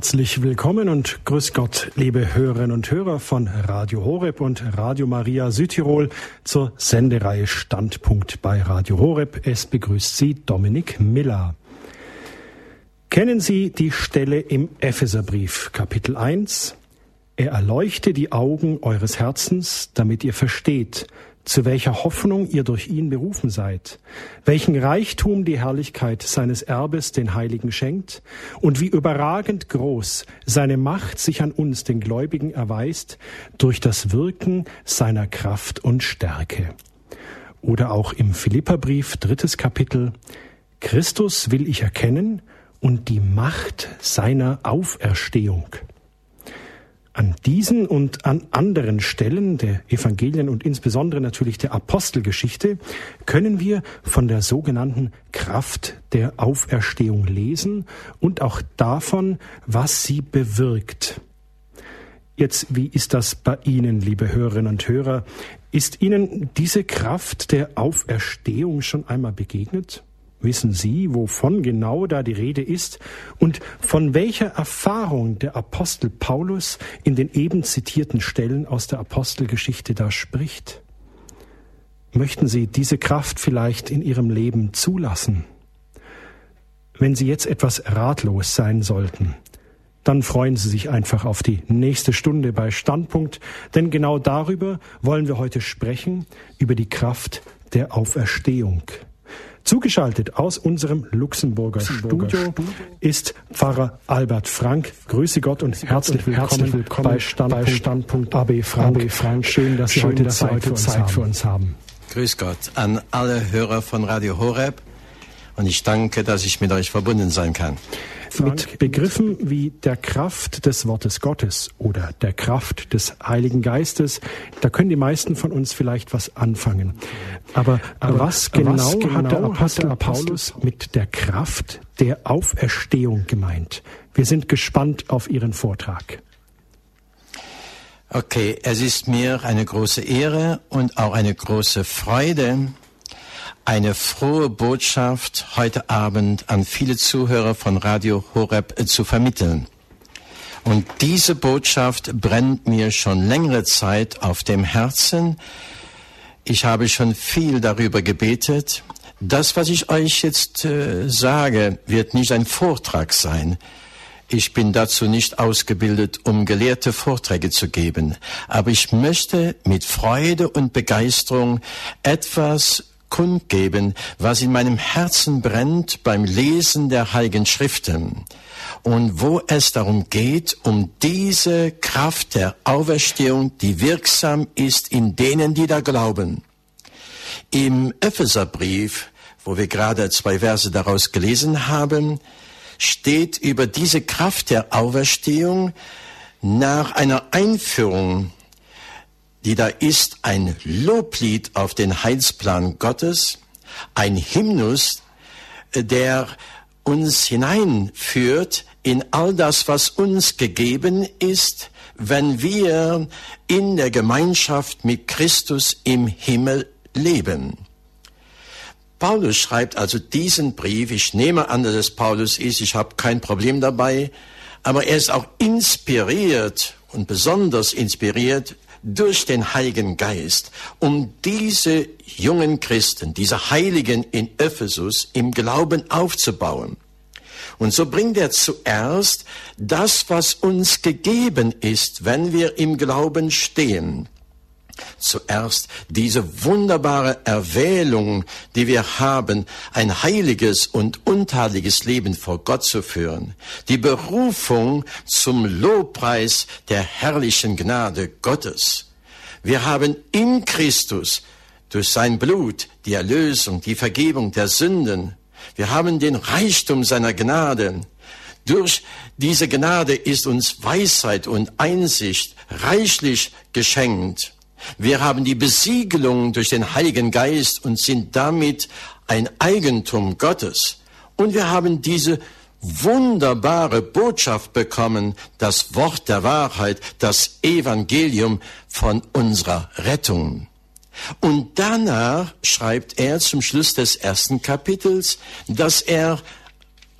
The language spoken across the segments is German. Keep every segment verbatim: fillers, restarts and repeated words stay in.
Herzlich willkommen und grüß Gott, liebe Hörerinnen und Hörer von Radio Horeb und Radio Maria Südtirol zur Sendereihe Standpunkt bei Radio Horeb. Es begrüßt Sie Dominik Miller. Kennen Sie die Stelle im Epheserbrief, Kapitel eins? Er erleuchte die Augen eures Herzens, damit ihr versteht, zu welcher Hoffnung ihr durch ihn berufen seid, welchen Reichtum die Herrlichkeit seines Erbes den Heiligen schenkt und wie überragend groß seine Macht sich an uns, den Gläubigen, erweist durch das Wirken seiner Kraft und Stärke. Oder auch im Philipperbrief, drittes Kapitel, Christus will ich erkennen und die Macht seiner Auferstehung. An diesen und an anderen Stellen der Evangelien und insbesondere natürlich der Apostelgeschichte können wir von der sogenannten Kraft der Auferstehung lesen und auch davon, was sie bewirkt. Jetzt, wie ist das bei Ihnen, liebe Hörerinnen und Hörer? Ist Ihnen diese Kraft der Auferstehung schon einmal begegnet? Wissen Sie, wovon genau da die Rede ist und von welcher Erfahrung der Apostel Paulus in den eben zitierten Stellen aus der Apostelgeschichte da spricht? Möchten Sie diese Kraft vielleicht in Ihrem Leben zulassen? Wenn Sie jetzt etwas ratlos sein sollten, dann freuen Sie sich einfach auf die nächste Stunde bei Standpunkt, denn genau darüber wollen wir heute sprechen, über die Kraft der Auferstehung. Zugeschaltet aus unserem Luxemburger, Luxemburger Studio, Studio ist Pfarrer Albert Frank. Grüße Gott und herzlich willkommen, herzlich willkommen bei Standpunkt, bei Standpunkt A B Frank. A B Frank. Schön, dass Sie Schön, heute, dass Zeit, heute für Zeit für uns haben. Grüß Gott an alle Hörer von Radio Horeb und ich danke, dass ich mit euch verbunden sein kann. Mit Begriffen wie der Kraft des Wortes Gottes oder der Kraft des Heiligen Geistes, da können die meisten von uns vielleicht was anfangen. Aber, Aber was, genau was genau hat der Apostel, hat der Apostel Paulus mit der Kraft der Auferstehung gemeint? Wir sind gespannt auf Ihren Vortrag. Okay, es ist mir eine große Ehre und auch eine große Freude, eine frohe Botschaft heute Abend an viele Zuhörer von Radio Horeb zu vermitteln. Und diese Botschaft brennt mir schon längere Zeit auf dem Herzen. Ich habe schon viel darüber gebetet. Das, was ich euch jetzt äh, sage, wird nicht ein Vortrag sein. Ich bin dazu nicht ausgebildet, um gelehrte Vorträge zu geben. Aber ich möchte mit Freude und Begeisterung etwas kundgeben, was in meinem Herzen brennt beim Lesen der Heiligen Schriften und wo es darum geht, um diese Kraft der Auferstehung, die wirksam ist in denen, die da glauben. Im Epheserbrief, wo wir gerade zwei Verse daraus gelesen haben, steht über diese Kraft der Auferstehung nach einer Einführung, die da ist, ein Loblied auf den Heilsplan Gottes, ein Hymnus, der uns hineinführt in all das, was uns gegeben ist, wenn wir in der Gemeinschaft mit Christus im Himmel leben. Paulus schreibt also diesen Brief, ich nehme an, dass es Paulus ist, ich habe kein Problem dabei, aber er ist auch inspiriert und besonders inspiriert durch den Heiligen Geist, um diese jungen Christen, diese Heiligen in Ephesus im Glauben aufzubauen. Und so bringt er zuerst das, was uns gegeben ist, wenn wir im Glauben stehen. Zuerst diese wunderbare Erwählung, die wir haben, ein heiliges und untadeliges Leben vor Gott zu führen. Die Berufung zum Lobpreis der herrlichen Gnade Gottes. Wir haben in Christus durch sein Blut die Erlösung, die Vergebung der Sünden. Wir haben den Reichtum seiner Gnade. Durch diese Gnade ist uns Weisheit und Einsicht reichlich geschenkt. Wir haben die Besiegelung durch den Heiligen Geist und sind damit ein Eigentum Gottes. Und wir haben diese wunderbare Botschaft bekommen, das Wort der Wahrheit, das Evangelium von unserer Rettung. Und danach schreibt er zum Schluss des ersten Kapitels, dass er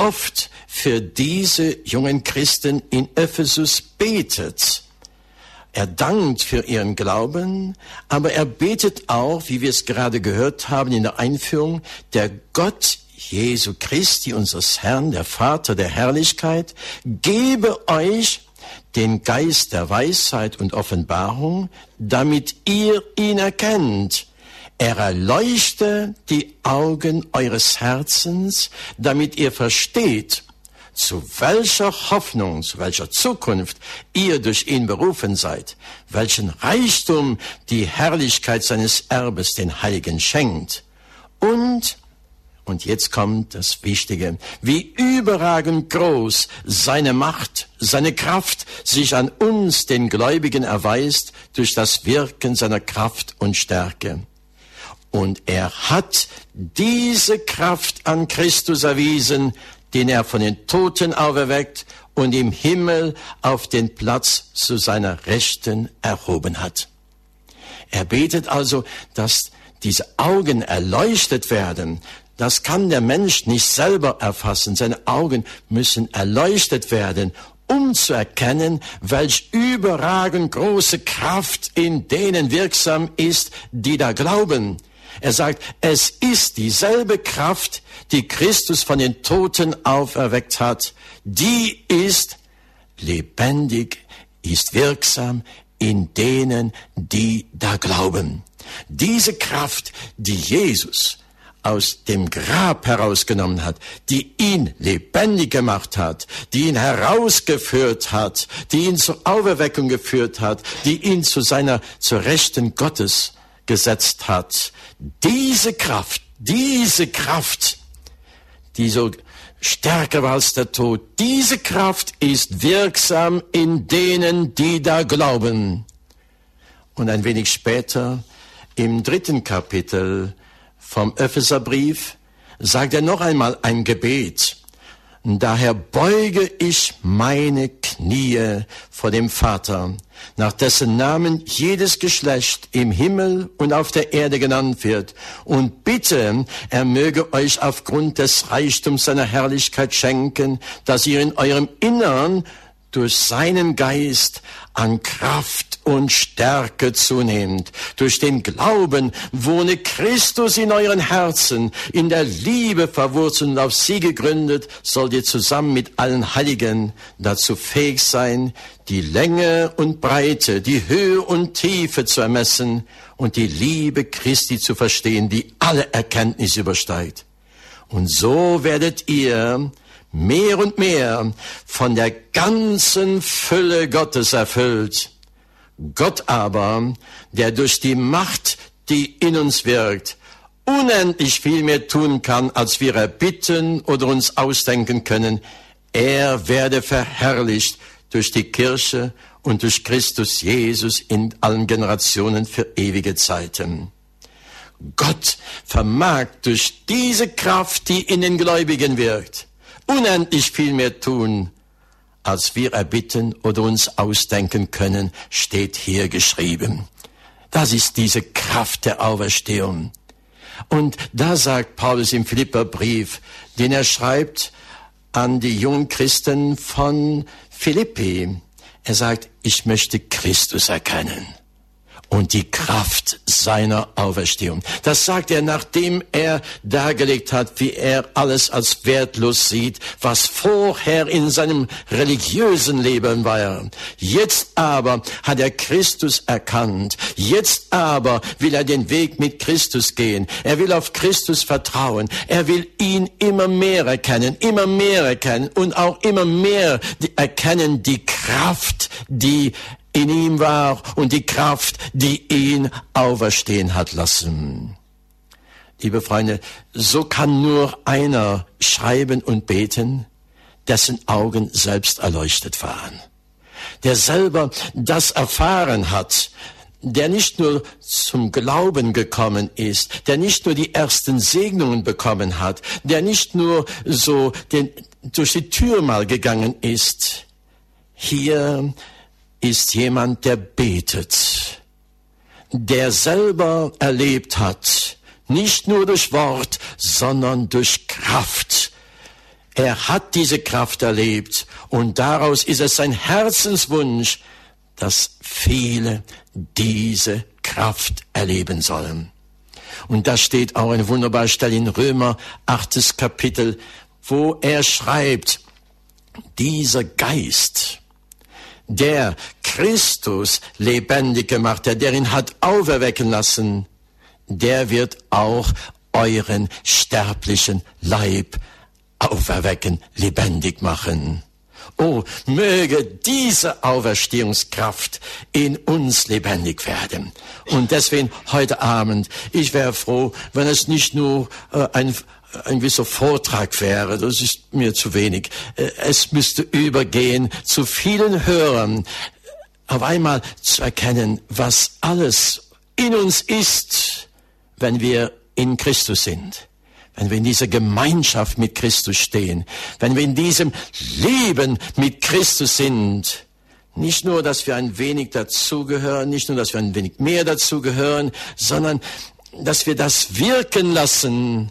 oft für diese jungen Christen in Ephesus betet. Er dankt für ihren Glauben, aber er betet auch, wie wir es gerade gehört haben in der Einführung, der Gott Jesu Christi, unseres Herrn, der Vater der Herrlichkeit, gebe euch den Geist der Weisheit und Offenbarung, damit ihr ihn erkennt. Er erleuchte die Augen eures Herzens, damit ihr versteht, zu welcher Hoffnung, zu welcher Zukunft ihr durch ihn berufen seid, welchen Reichtum die Herrlichkeit seines Erbes den Heiligen schenkt. Und, und jetzt kommt das Wichtige, wie überragend groß seine Macht, seine Kraft sich an uns, den Gläubigen, erweist durch das Wirken seiner Kraft und Stärke. Und er hat diese Kraft an Christus erwiesen, den er von den Toten auferweckt und im Himmel auf den Platz zu seiner Rechten erhoben hat. Er betet also, dass diese Augen erleuchtet werden. Das kann der Mensch nicht selber erfassen. Seine Augen müssen erleuchtet werden, um zu erkennen, welch überragend große Kraft in denen wirksam ist, die da glauben. Er sagt, es ist dieselbe Kraft, die Christus von den Toten auferweckt hat. Die ist lebendig, ist wirksam in denen, die da glauben. Diese Kraft, die Jesus aus dem Grab herausgenommen hat, die ihn lebendig gemacht hat, die ihn herausgeführt hat, die ihn zur Auferweckung geführt hat, die ihn zu seiner, zur Rechten Gottes gesetzt hat. Diese Kraft, diese Kraft, die so stärker war als der Tod, diese Kraft ist wirksam in denen, die da glauben. Und ein wenig später, im dritten Kapitel vom Epheserbrief, sagt er noch einmal ein Gebet. Daher beuge ich meine Knie vor dem Vater, nach dessen Namen jedes Geschlecht im Himmel und auf der Erde genannt wird, und bitte, er möge euch aufgrund des Reichtums seiner Herrlichkeit schenken, dass ihr in eurem Innern durch seinen Geist an Kraft und Stärke zunehmt. Durch den Glauben wohne Christus in euren Herzen, in der Liebe verwurzelt und auf sie gegründet, sollt ihr zusammen mit allen Heiligen dazu fähig sein, die Länge und Breite, die Höhe und Tiefe zu ermessen und die Liebe Christi zu verstehen, die alle Erkenntnis übersteigt. Und so werdet ihr mehr und mehr von der ganzen Fülle Gottes erfüllt. Gott aber, der durch die Macht, die in uns wirkt, unendlich viel mehr tun kann, als wir erbitten oder uns ausdenken können, er werde verherrlicht durch die Kirche und durch Christus Jesus in allen Generationen für ewige Zeiten. Gott vermag durch diese Kraft, die in den Gläubigen wirkt, unendlich viel mehr tun, als wir erbitten oder uns ausdenken können, steht hier geschrieben. Das ist diese Kraft der Auferstehung. Und da sagt Paulus im Philipperbrief, den er schreibt an die jungen Christen von Philippi, er sagt, ich möchte Christus erkennen und die Kraft seiner Auferstehung. Das sagt er, nachdem er dargelegt hat, wie er alles als wertlos sieht, was vorher in seinem religiösen Leben war. Jetzt aber hat er Christus erkannt. Jetzt aber will er den Weg mit Christus gehen. Er will auf Christus vertrauen. Er will ihn immer mehr erkennen, immer mehr erkennen und auch immer mehr erkennen die Kraft, die in ihm war und die Kraft, die ihn auferstehen hat lassen. Liebe Freunde, so kann nur einer schreiben und beten, dessen Augen selbst erleuchtet waren, der selber das erfahren hat, der nicht nur zum Glauben gekommen ist, der nicht nur die ersten Segnungen bekommen hat, der nicht nur so den, durch die Tür mal gegangen ist. Hier ist jemand, der betet, der selber erlebt hat, nicht nur durch Wort, sondern durch Kraft, Er hat diese Kraft erlebt und daraus ist es sein Herzenswunsch, dass viele diese Kraft erleben sollen. Und da steht auch eine wunderbare Stelle in Römer, achtes Kapitel, wo er schreibt, dieser Geist, der Christus lebendig gemacht hat, der ihn hat auferwecken lassen, der wird auch euren sterblichen Leib auferwecken, lebendig machen. Oh, möge diese Auferstehungskraft in uns lebendig werden. Und deswegen heute Abend, ich wäre froh, wenn es nicht nur äh, ein, ein gewisser Vortrag wäre, das ist mir zu wenig. Äh, es müsste übergehen zu vielen Hörern, auf einmal zu erkennen, was alles in uns ist, wenn wir in Christus sind. Wenn wir in dieser Gemeinschaft mit Christus stehen, wenn wir in diesem Leben mit Christus sind, nicht nur, dass wir ein wenig dazugehören, nicht nur, dass wir ein wenig mehr dazugehören, sondern dass wir das wirken lassen,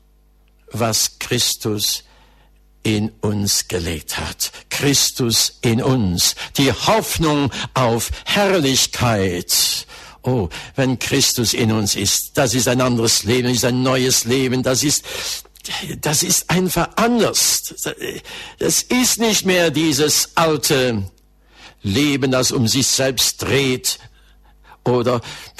was Christus in uns gelegt hat. Christus in uns, die Hoffnung auf Herrlichkeit. Oh, wenn Christus in uns ist, das ist ein anderes Leben, das ist ein neues Leben, das ist, das ist einfach anders. Das ist nicht mehr dieses alte Leben, das um sich selbst dreht oder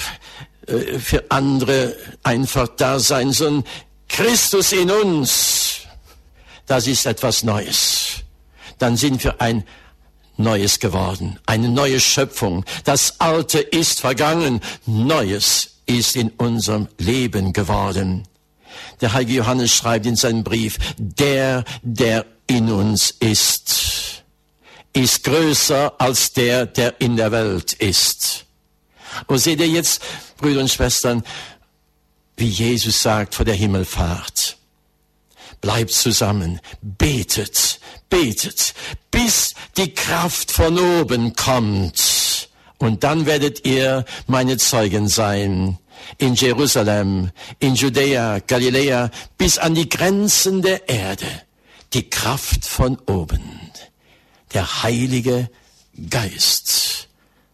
für andere einfach da sein, sondern Christus in uns, das ist etwas Neues. Dann sind wir ein Neues geworden, eine neue Schöpfung. Das Alte ist vergangen, Neues ist in unserem Leben geworden. Der heilige Johannes schreibt in seinem Brief, der, der in uns ist, ist größer als der, der in der Welt ist. Und seht ihr jetzt, Brüder und Schwestern, wie Jesus sagt vor der Himmelfahrt, bleibt zusammen, betet, betet, bis die Kraft von oben kommt. Und dann werdet ihr meine Zeugen sein. In Jerusalem, in Judäa, Galiläa, bis an die Grenzen der Erde. Die Kraft von oben. Der Heilige Geist.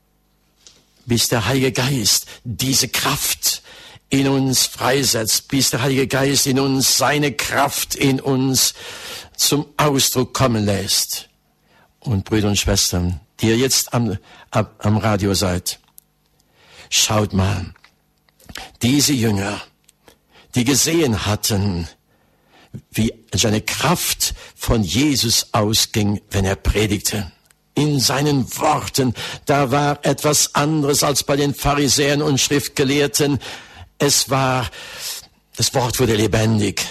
Bis der Heilige Geist diese Kraft in uns freisetzt, bis der Heilige Geist in uns seine Kraft in uns zum Ausdruck kommen lässt. Und Brüder und Schwestern, die ihr jetzt am, am Radio seid, schaut mal, diese Jünger, die gesehen hatten, wie seine Kraft von Jesus ausging, wenn er predigte. In seinen Worten, da war etwas anderes als bei den Pharisäern und Schriftgelehrten. Es war, das Wort wurde lebendig.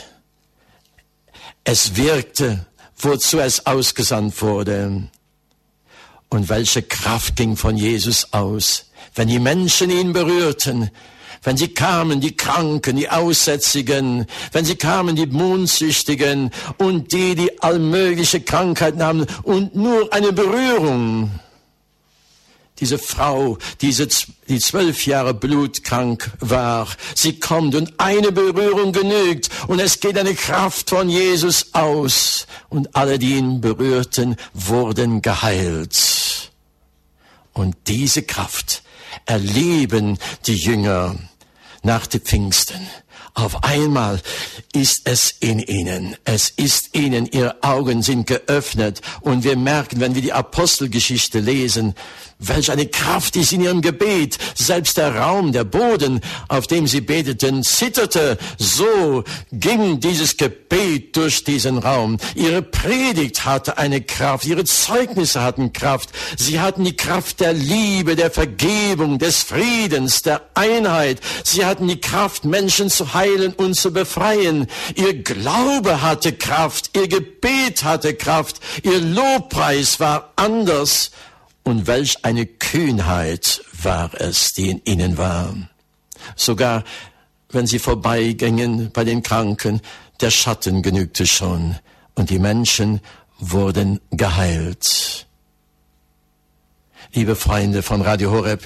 Es wirkte, wozu es ausgesandt wurde. Und welche Kraft ging von Jesus aus, wenn die Menschen ihn berührten, wenn sie kamen, die Kranken, die Aussätzigen, wenn sie kamen, die Mondsüchtigen und die, die allmögliche Krankheiten haben und nur eine Berührung. Diese Frau, diese, die zwölf Jahre blutkrank war, sie kommt und eine Berührung genügt und es geht eine Kraft von Jesus aus und alle, die ihn berührten, wurden geheilt. Und diese Kraft erleben die Jünger nach den Pfingsten. Auf einmal ist es in ihnen. Es ist ihnen, ihre Augen sind geöffnet und wir merken, wenn wir die Apostelgeschichte lesen, welch eine Kraft ist in ihrem Gebet. Selbst der Raum, der Boden, auf dem sie beteten, zitterte. So ging dieses Gebet durch diesen Raum. Ihre Predigt hatte eine Kraft. Ihre Zeugnisse hatten Kraft. Sie hatten die Kraft der Liebe, der Vergebung, des Friedens, der Einheit. Sie hatten die Kraft, Menschen zu heilen und zu befreien. Ihr Glaube hatte Kraft. Ihr Gebet hatte Kraft. Ihr Lobpreis war anders. Und welch eine Kühnheit war es, die in ihnen war. Sogar wenn sie vorbeigingen bei den Kranken, der Schatten genügte schon und die Menschen wurden geheilt. Liebe Freunde von Radio Horeb,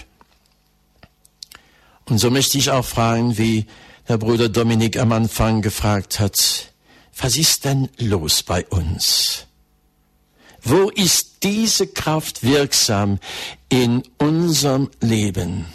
und so möchte ich auch fragen, wie der Bruder Dominik am Anfang gefragt hat, was ist denn los bei uns? Wo ist diese Kraft wirksam in unserem Leben?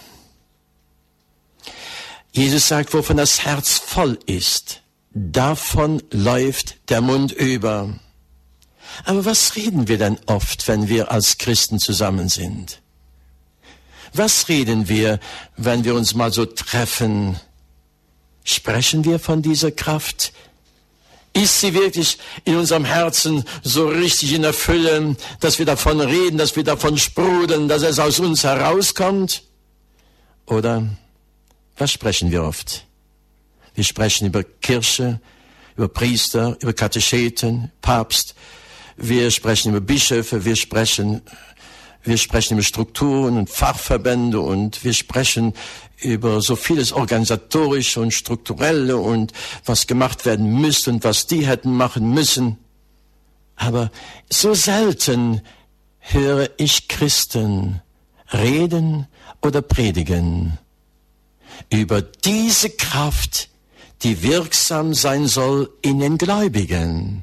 Jesus sagt, wovon das Herz voll ist, davon läuft der Mund über. Aber was reden wir denn oft, wenn wir als Christen zusammen sind? Was reden wir, wenn wir uns mal so treffen? Sprechen wir von dieser Kraft? Ist sie wirklich in unserem Herzen so richtig in der Fülle, dass wir davon reden, dass wir davon sprudeln, dass es aus uns herauskommt? Oder was sprechen wir oft? Wir sprechen über Kirche, über Priester, über Katecheten, Papst. Wir sprechen über Bischöfe, wir sprechen, wir sprechen über Strukturen und Fachverbände und wir sprechen über so vieles Organisatorische und Strukturelle und was gemacht werden müsste und was die hätten machen müssen. Aber so selten höre ich Christen reden oder predigen über diese Kraft, die wirksam sein soll in den Gläubigen.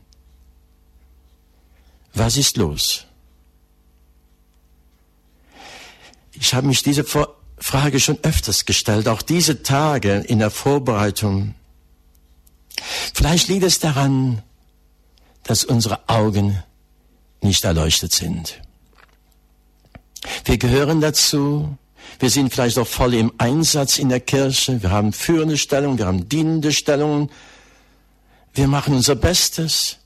Was ist los? Ich habe mich diese Frage schon öfters gestellt, auch diese Tage in der Vorbereitung. Vielleicht liegt es daran, dass unsere Augen nicht erleuchtet sind. Wir gehören dazu, wir sind vielleicht auch voll im Einsatz in der Kirche, wir haben führende Stellung, wir haben dienende Stellung, wir machen unser Bestes.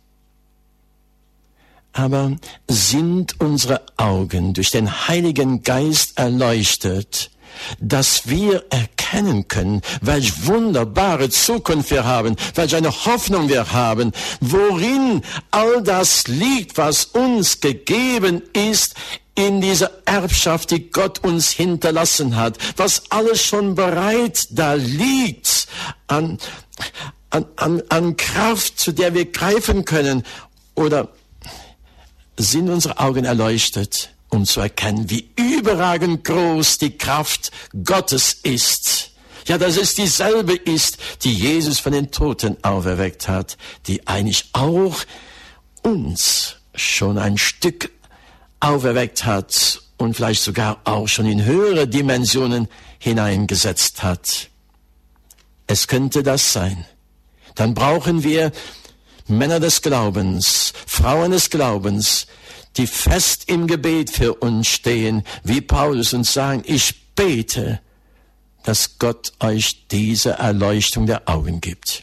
Aber sind unsere Augen durch den Heiligen Geist erleuchtet, dass wir erkennen können, welch wunderbare Zukunft wir haben, welch eine Hoffnung wir haben, worin all das liegt, was uns gegeben ist in dieser Erbschaft, die Gott uns hinterlassen hat, was alles schon bereit da liegt an, an, an, an Kraft, zu der wir greifen können. Oder sind unsere Augen erleuchtet, um zu erkennen, wie überragend groß die Kraft Gottes ist. Ja, dass es dieselbe ist, die Jesus von den Toten auferweckt hat, die eigentlich auch uns schon ein Stück auferweckt hat und vielleicht sogar auch schon in höhere Dimensionen hineingesetzt hat. Es könnte das sein. Dann brauchen wir Männer des Glaubens, Frauen des Glaubens, die fest im Gebet für uns stehen, wie Paulus, und sagen, ich bete, dass Gott euch diese Erleuchtung der Augen gibt.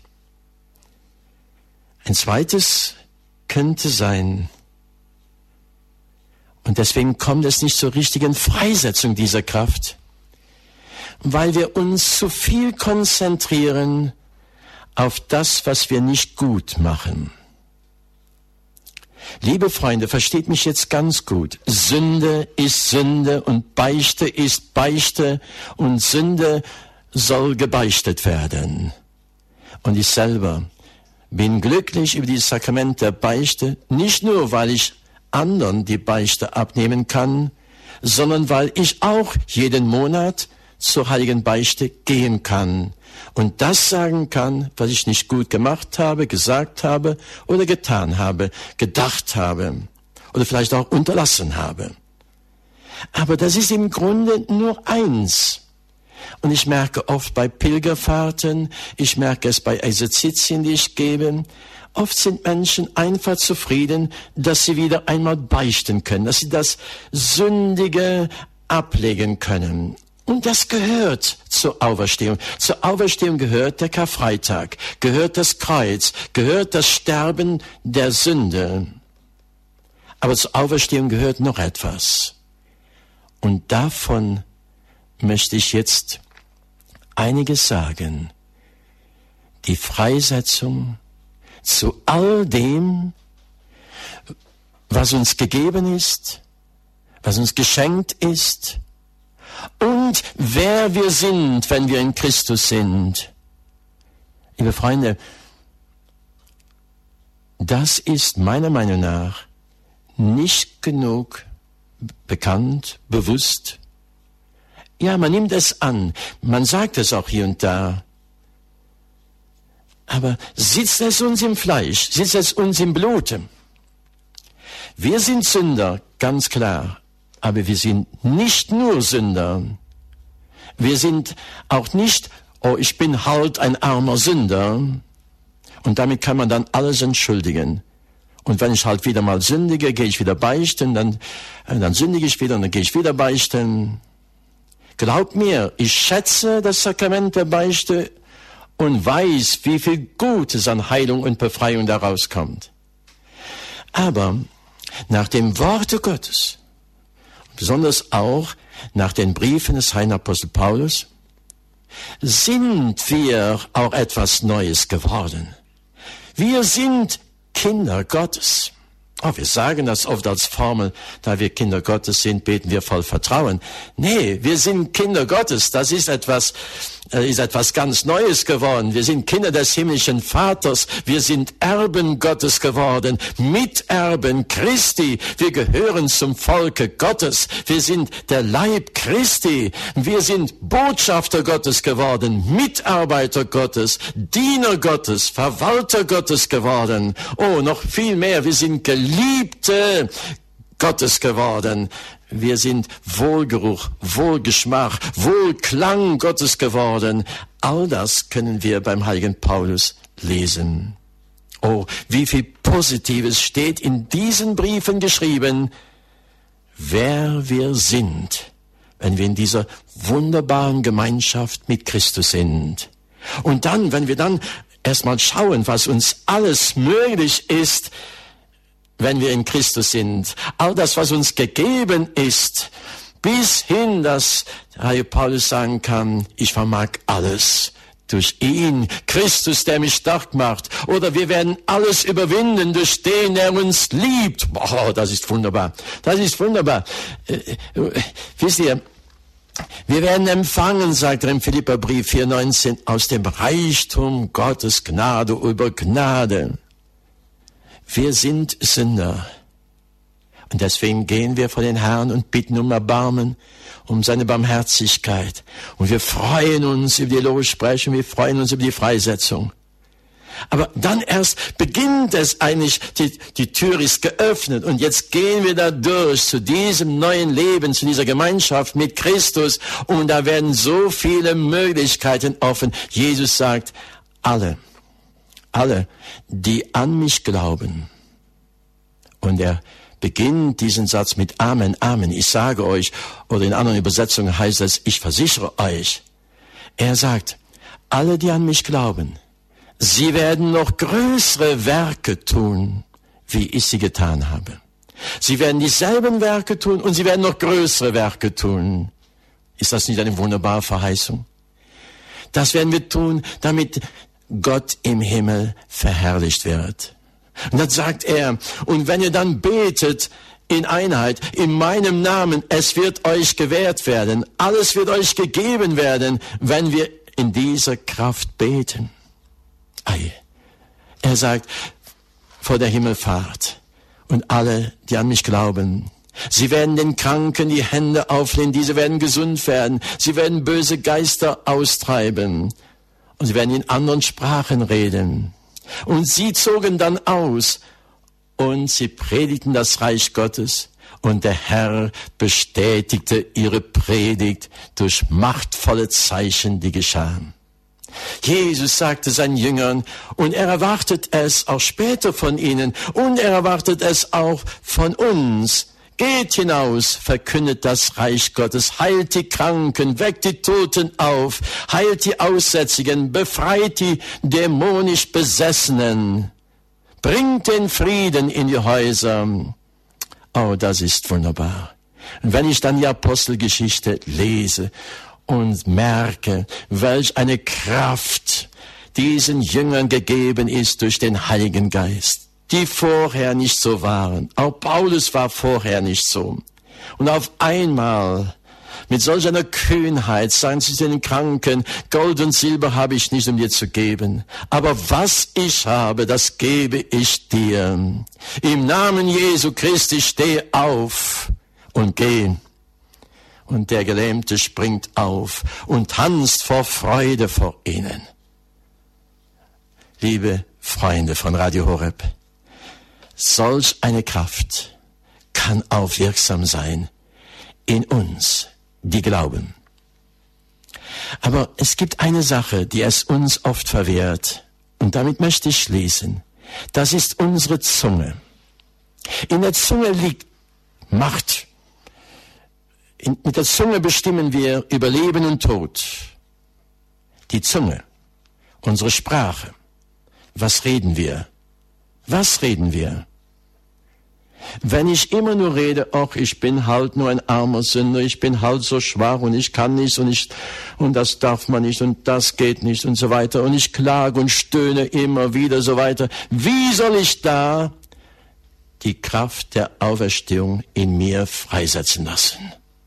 Ein zweites könnte sein, und deswegen kommt es nicht zur richtigen Freisetzung dieser Kraft, weil wir uns zu viel konzentrieren auf das, was wir nicht gut machen. Liebe Freunde, versteht mich jetzt ganz gut. Sünde ist Sünde und Beichte ist Beichte und Sünde soll gebeichtet werden. Und ich selber bin glücklich über dieses Sakrament der Beichte, nicht nur, weil ich anderen die Beichte abnehmen kann, sondern weil ich auch jeden Monat zur heiligen Beichte gehen kann und das sagen kann, was ich nicht gut gemacht habe, gesagt habe oder getan habe, gedacht habe oder vielleicht auch unterlassen habe. Aber das ist im Grunde nur eins. Und ich merke oft bei Pilgerfahrten, ich merke es bei Exerzitien, die ich gebe, oft sind Menschen einfach zufrieden, dass sie wieder einmal beichten können, dass sie das Sündige ablegen können. Und das gehört zur Auferstehung. Zur Auferstehung gehört der Karfreitag, gehört das Kreuz, gehört das Sterben der Sünde. Aber zur Auferstehung gehört noch etwas. Und davon möchte ich jetzt einiges sagen. Die Freisetzung zu all dem, was uns gegeben ist, was uns geschenkt ist, und wer wir sind, wenn wir in Christus sind. Liebe Freunde, das ist meiner Meinung nach nicht genug bekannt, bewusst. Ja, man nimmt es an, man sagt es auch hier und da. Aber sitzt es uns im Fleisch? Sitzt es uns im Blut? Wir sind Sünder, ganz klar. Aber wir sind nicht nur Sünder. Wir sind auch nicht, oh, ich bin halt ein armer Sünder. Und damit kann man dann alles entschuldigen. Und wenn ich halt wieder mal sündige, gehe ich wieder beichten, dann, dann sündige ich wieder und dann gehe ich wieder beichten. Glaubt mir, ich schätze das Sakrament der Beichte und weiß, wie viel Gutes an Heilung und Befreiung daraus kommt. Aber nach dem Worte Gottes, besonders auch nach den Briefen des heiligen Apostel Paulus, sind wir auch etwas Neues geworden. Wir sind Kinder Gottes. Oh, wir sagen das oft als Formel, da wir Kinder Gottes sind, beten wir voll Vertrauen. Nee, wir sind Kinder Gottes. Das ist etwas, äh, ist etwas ganz Neues geworden. Wir sind Kinder des himmlischen Vaters. Wir sind Erben Gottes geworden, Miterben Christi. Wir gehören zum Volke Gottes. Wir sind der Leib Christi. Wir sind Botschafter Gottes geworden, Mitarbeiter Gottes, Diener Gottes, Verwalter Gottes geworden. Oh, noch viel mehr. Wir sind Geliebte Gottes geworden. Wir sind Wohlgeruch, Wohlgeschmack, Wohlklang Gottes geworden. All das können wir beim heiligen Paulus lesen. Oh, wie viel Positives steht in diesen Briefen geschrieben, wer wir sind, wenn wir in dieser wunderbaren Gemeinschaft mit Christus sind. Und dann, wenn wir dann erstmal schauen, was uns alles möglich ist, wenn wir in Christus sind, all das, was uns gegeben ist, bis hin, dass Heilige Paulus sagen kann, ich vermag alles durch ihn, Christus, der mich stark macht. Oder wir werden alles überwinden durch den, der uns liebt. Boah, das ist wunderbar. Das ist wunderbar. Äh, äh, wisst ihr, wir werden empfangen, sagt er im Philipperbrief vier neunzehn, aus dem Reichtum Gottes Gnade über Gnade. Wir sind Sünder. Und deswegen gehen wir vor den Herrn und bitten um Erbarmen, um seine Barmherzigkeit. Und wir freuen uns über die Lossprechung, wir freuen uns über die Freisetzung. Aber dann erst beginnt es eigentlich, die, die Tür ist geöffnet und jetzt gehen wir da durch zu diesem neuen Leben, zu dieser Gemeinschaft mit Christus und da werden so viele Möglichkeiten offen. Jesus sagt, alle, alle, die an mich glauben. Und er beginnt diesen Satz mit Amen, Amen. Ich sage euch, oder in anderen Übersetzungen heißt es, ich versichere euch. Er sagt, alle, die an mich glauben, sie werden noch größere Werke tun, wie ich sie getan habe. Sie werden dieselben Werke tun und sie werden noch größere Werke tun. Ist das nicht eine wunderbare Verheißung? Das werden wir tun, damit Gott im Himmel verherrlicht wird. Und dann sagt er, und wenn ihr dann betet in Einheit, in meinem Namen, es wird euch gewährt werden, alles wird euch gegeben werden, wenn wir in dieser Kraft beten. Ei. Er sagt, vor der Himmelfahrt und alle, die an mich glauben, sie werden den Kranken die Hände auflegen, diese werden gesund werden, sie werden böse Geister austreiben und sie werden in anderen Sprachen reden. Und sie zogen dann aus und sie predigten das Reich Gottes und der Herr bestätigte ihre Predigt durch machtvolle Zeichen, die geschahen. Jesus sagte seinen Jüngern, und er erwartet es auch später von ihnen, und er erwartet es auch von uns. Geht hinaus, verkündet das Reich Gottes, heilt die Kranken, weckt die Toten auf, heilt die Aussätzigen, befreit die dämonisch Besessenen, bringt den Frieden in die Häuser. Oh, das ist wunderbar. Und wenn ich dann die Apostelgeschichte lese und merke, welch eine Kraft diesen Jüngern gegeben ist durch den Heiligen Geist, die vorher nicht so waren. Auch Paulus war vorher nicht so. Und auf einmal, mit solch einer Kühnheit, sagen sie den Kranken, Gold und Silber habe ich nicht, um dir zu geben. Aber was ich habe, das gebe ich dir. Im Namen Jesu Christi steh auf und geh. Und der Gelähmte springt auf und tanzt vor Freude vor ihnen. liebe Freunde von Radio Horeb, solch eine Kraft kann auch wirksam sein in uns, die glauben. Aber es gibt eine Sache, die es uns oft verwehrt, und damit möchte ich schließen. Das ist unsere Zunge. In der Zunge liegt Macht. In, mit der Zunge bestimmen wir über Leben und Tod. Die Zunge, unsere Sprache. Was reden wir? Was reden wir? Wenn ich immer nur rede, ach, ich bin halt nur ein armer Sünder, ich bin halt so schwach und ich kann nicht und ich, und das darf man nicht und das geht nicht und so weiter und ich klage und stöhne immer wieder so weiter. Wie soll ich da die Kraft der Auferstehung in mir freisetzen lassen?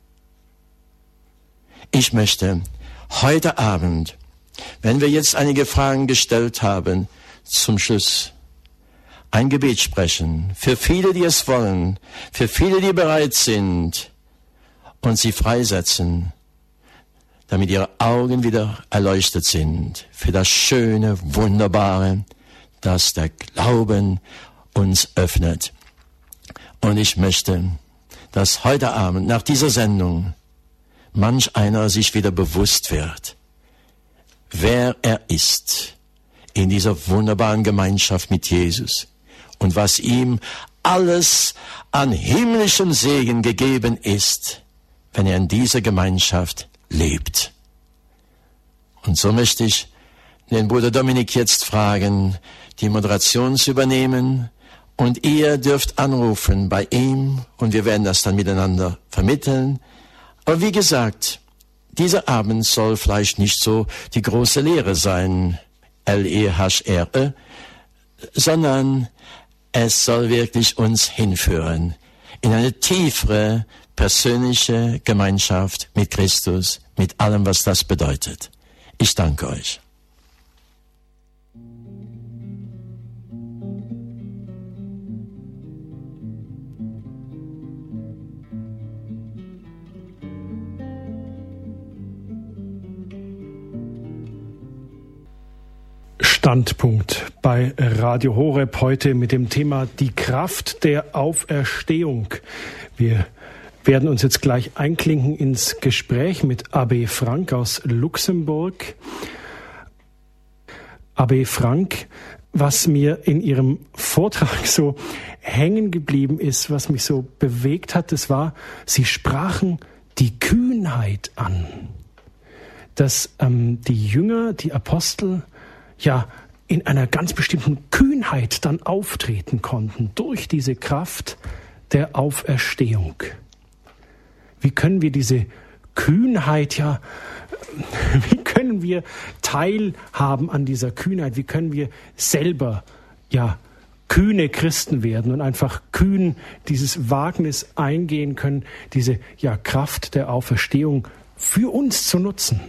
Ich möchte heute Abend, wenn wir jetzt einige Fragen gestellt haben, zum Schluss ein Gebet sprechen, für viele, die es wollen, für viele, die bereit sind, und sie freisetzen, damit ihre Augen wieder erleuchtet sind, für das Schöne, Wunderbare, das der Glauben uns öffnet. Und ich möchte, dass heute Abend, nach dieser Sendung, manch einer sich wieder bewusst wird, wer er ist in dieser wunderbaren Gemeinschaft mit Jesus. Und was ihm alles an himmlischem Segen gegeben ist, wenn er in dieser Gemeinschaft lebt. Und so möchte ich den Bruder Dominik jetzt fragen, die Moderation zu übernehmen. Und ihr dürft anrufen bei ihm und wir werden das dann miteinander vermitteln. Aber wie gesagt, dieser Abend soll vielleicht nicht so die große Lehre sein, L E H R E, sondern es soll wirklich uns hinführen in eine tiefere persönliche Gemeinschaft mit Christus, mit allem, was das bedeutet. Ich danke euch. Standpunkt bei Radio Horeb heute mit dem Thema die Kraft der Auferstehung. Wir werden uns jetzt gleich einklinken ins Gespräch mit Abbé Frank aus Luxemburg. Abbé Frank, was mir in Ihrem Vortrag so hängen geblieben ist, was mich so bewegt hat, das war, Sie sprachen die Kühnheit an. Dass ähm, die Jünger, die Apostel, ja in einer ganz bestimmten Kühnheit dann auftreten konnten durch diese Kraft der Auferstehung. Wie können wir diese Kühnheit, ja, wie können wir teilhaben an dieser Kühnheit? Wie können wir selber, ja, kühne Christen werden und einfach kühn dieses Wagnis eingehen können, diese, ja, Kraft der Auferstehung für uns zu nutzen?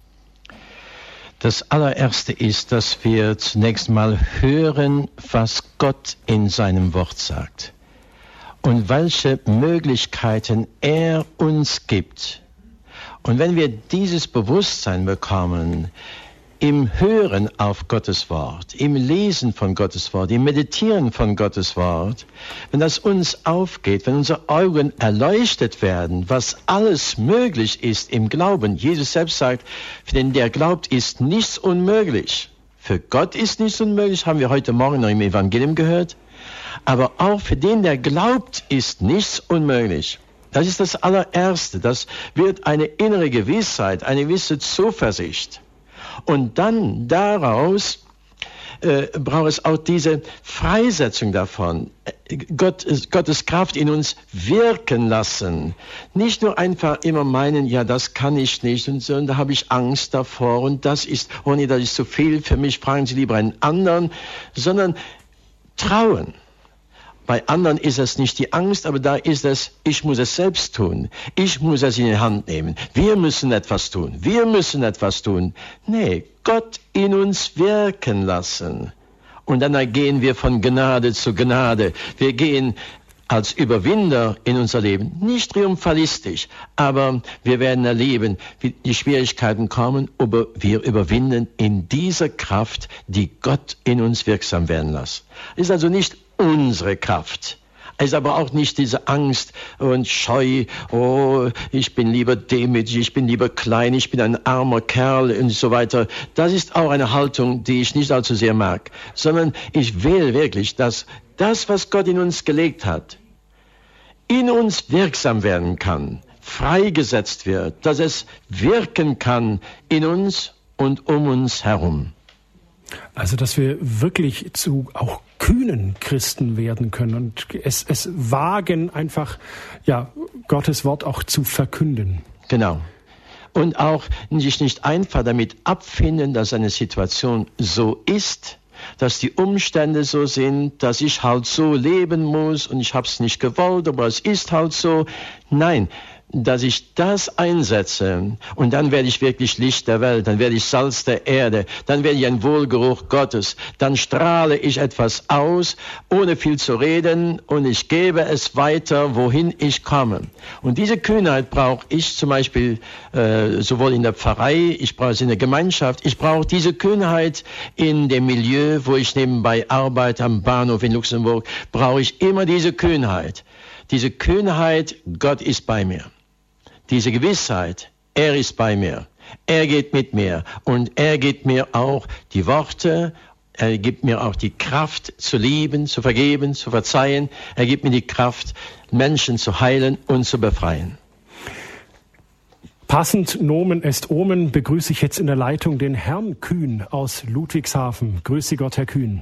Das allererste ist, dass wir zunächst mal hören, was Gott in seinem Wort sagt und welche Möglichkeiten er uns gibt. Und wenn wir dieses Bewusstsein bekommen, im Hören auf Gottes Wort, im Lesen von Gottes Wort, im Meditieren von Gottes Wort, wenn das uns aufgeht, wenn unsere Augen erleuchtet werden, was alles möglich ist im Glauben. Jesus selbst sagt, für den, der glaubt, ist nichts unmöglich. Für Gott ist nichts unmöglich, haben wir heute Morgen noch im Evangelium gehört. Aber auch für den, der glaubt, ist nichts unmöglich. Das ist das allererste. Das wird eine innere Gewissheit, eine gewisse Zuversicht. Und dann daraus äh, braucht es auch diese Freisetzung davon. Gott, Gottes Kraft in uns wirken lassen. Nicht nur einfach immer meinen, ja, das kann ich nicht und so, und da habe ich Angst davor und das ist, oh nee, das ist zu viel für mich, fragen Sie lieber einen anderen, sondern trauen. Bei anderen ist es nicht die Angst, aber da ist es, ich muss es selbst tun. Ich muss es in die Hand nehmen. Wir müssen etwas tun. Wir müssen etwas tun. Nee, Gott in uns wirken lassen. Und dann gehen wir von Gnade zu Gnade. Wir gehen als Überwinder in unser Leben. Nicht triumphalistisch, aber wir werden erleben, wie die Schwierigkeiten kommen, aber wir überwinden in dieser Kraft, die Gott in uns wirksam werden lässt. Es ist also nicht unsere Kraft. Es ist aber auch nicht diese Angst und Scheu, oh, ich bin lieber demütig, ich bin lieber klein, ich bin ein armer Kerl und so weiter. Das ist auch eine Haltung, die ich nicht allzu sehr mag, sondern ich will wirklich, dass das, was Gott in uns gelegt hat, in uns wirksam werden kann, freigesetzt wird, dass es wirken kann in uns und um uns herum. Also, dass wir wirklich zu auch kühnen Christen werden können und es, es wagen, einfach ja Gottes Wort auch zu verkünden. Genau. Und auch sich nicht einfach damit abfinden, dass eine Situation so ist, dass die Umstände so sind, dass ich halt so leben muss und ich habe es nicht gewollt, aber es ist halt so. Nein, dass ich das einsetze und dann werde ich wirklich Licht der Welt, dann werde ich Salz der Erde, dann werde ich ein Wohlgeruch Gottes, dann strahle ich etwas aus, ohne viel zu reden und ich gebe es weiter, wohin ich komme. Und diese Kühnheit brauche ich zum Beispiel äh, sowohl in der Pfarrei, ich brauche es in der Gemeinschaft, ich brauche diese Kühnheit in dem Milieu, wo ich nebenbei arbeite, am Bahnhof in Luxemburg, brauche ich immer diese Kühnheit. Diese Kühnheit, Gott ist bei mir. Diese Gewissheit, er ist bei mir, er geht mit mir und er gibt mir auch die Worte, er gibt mir auch die Kraft zu lieben, zu vergeben, zu verzeihen, er gibt mir die Kraft, Menschen zu heilen und zu befreien. Passend Nomen est Omen begrüße ich jetzt in der Leitung den Herrn Kühn aus Ludwigshafen. Grüße Gott, Herr Kühn.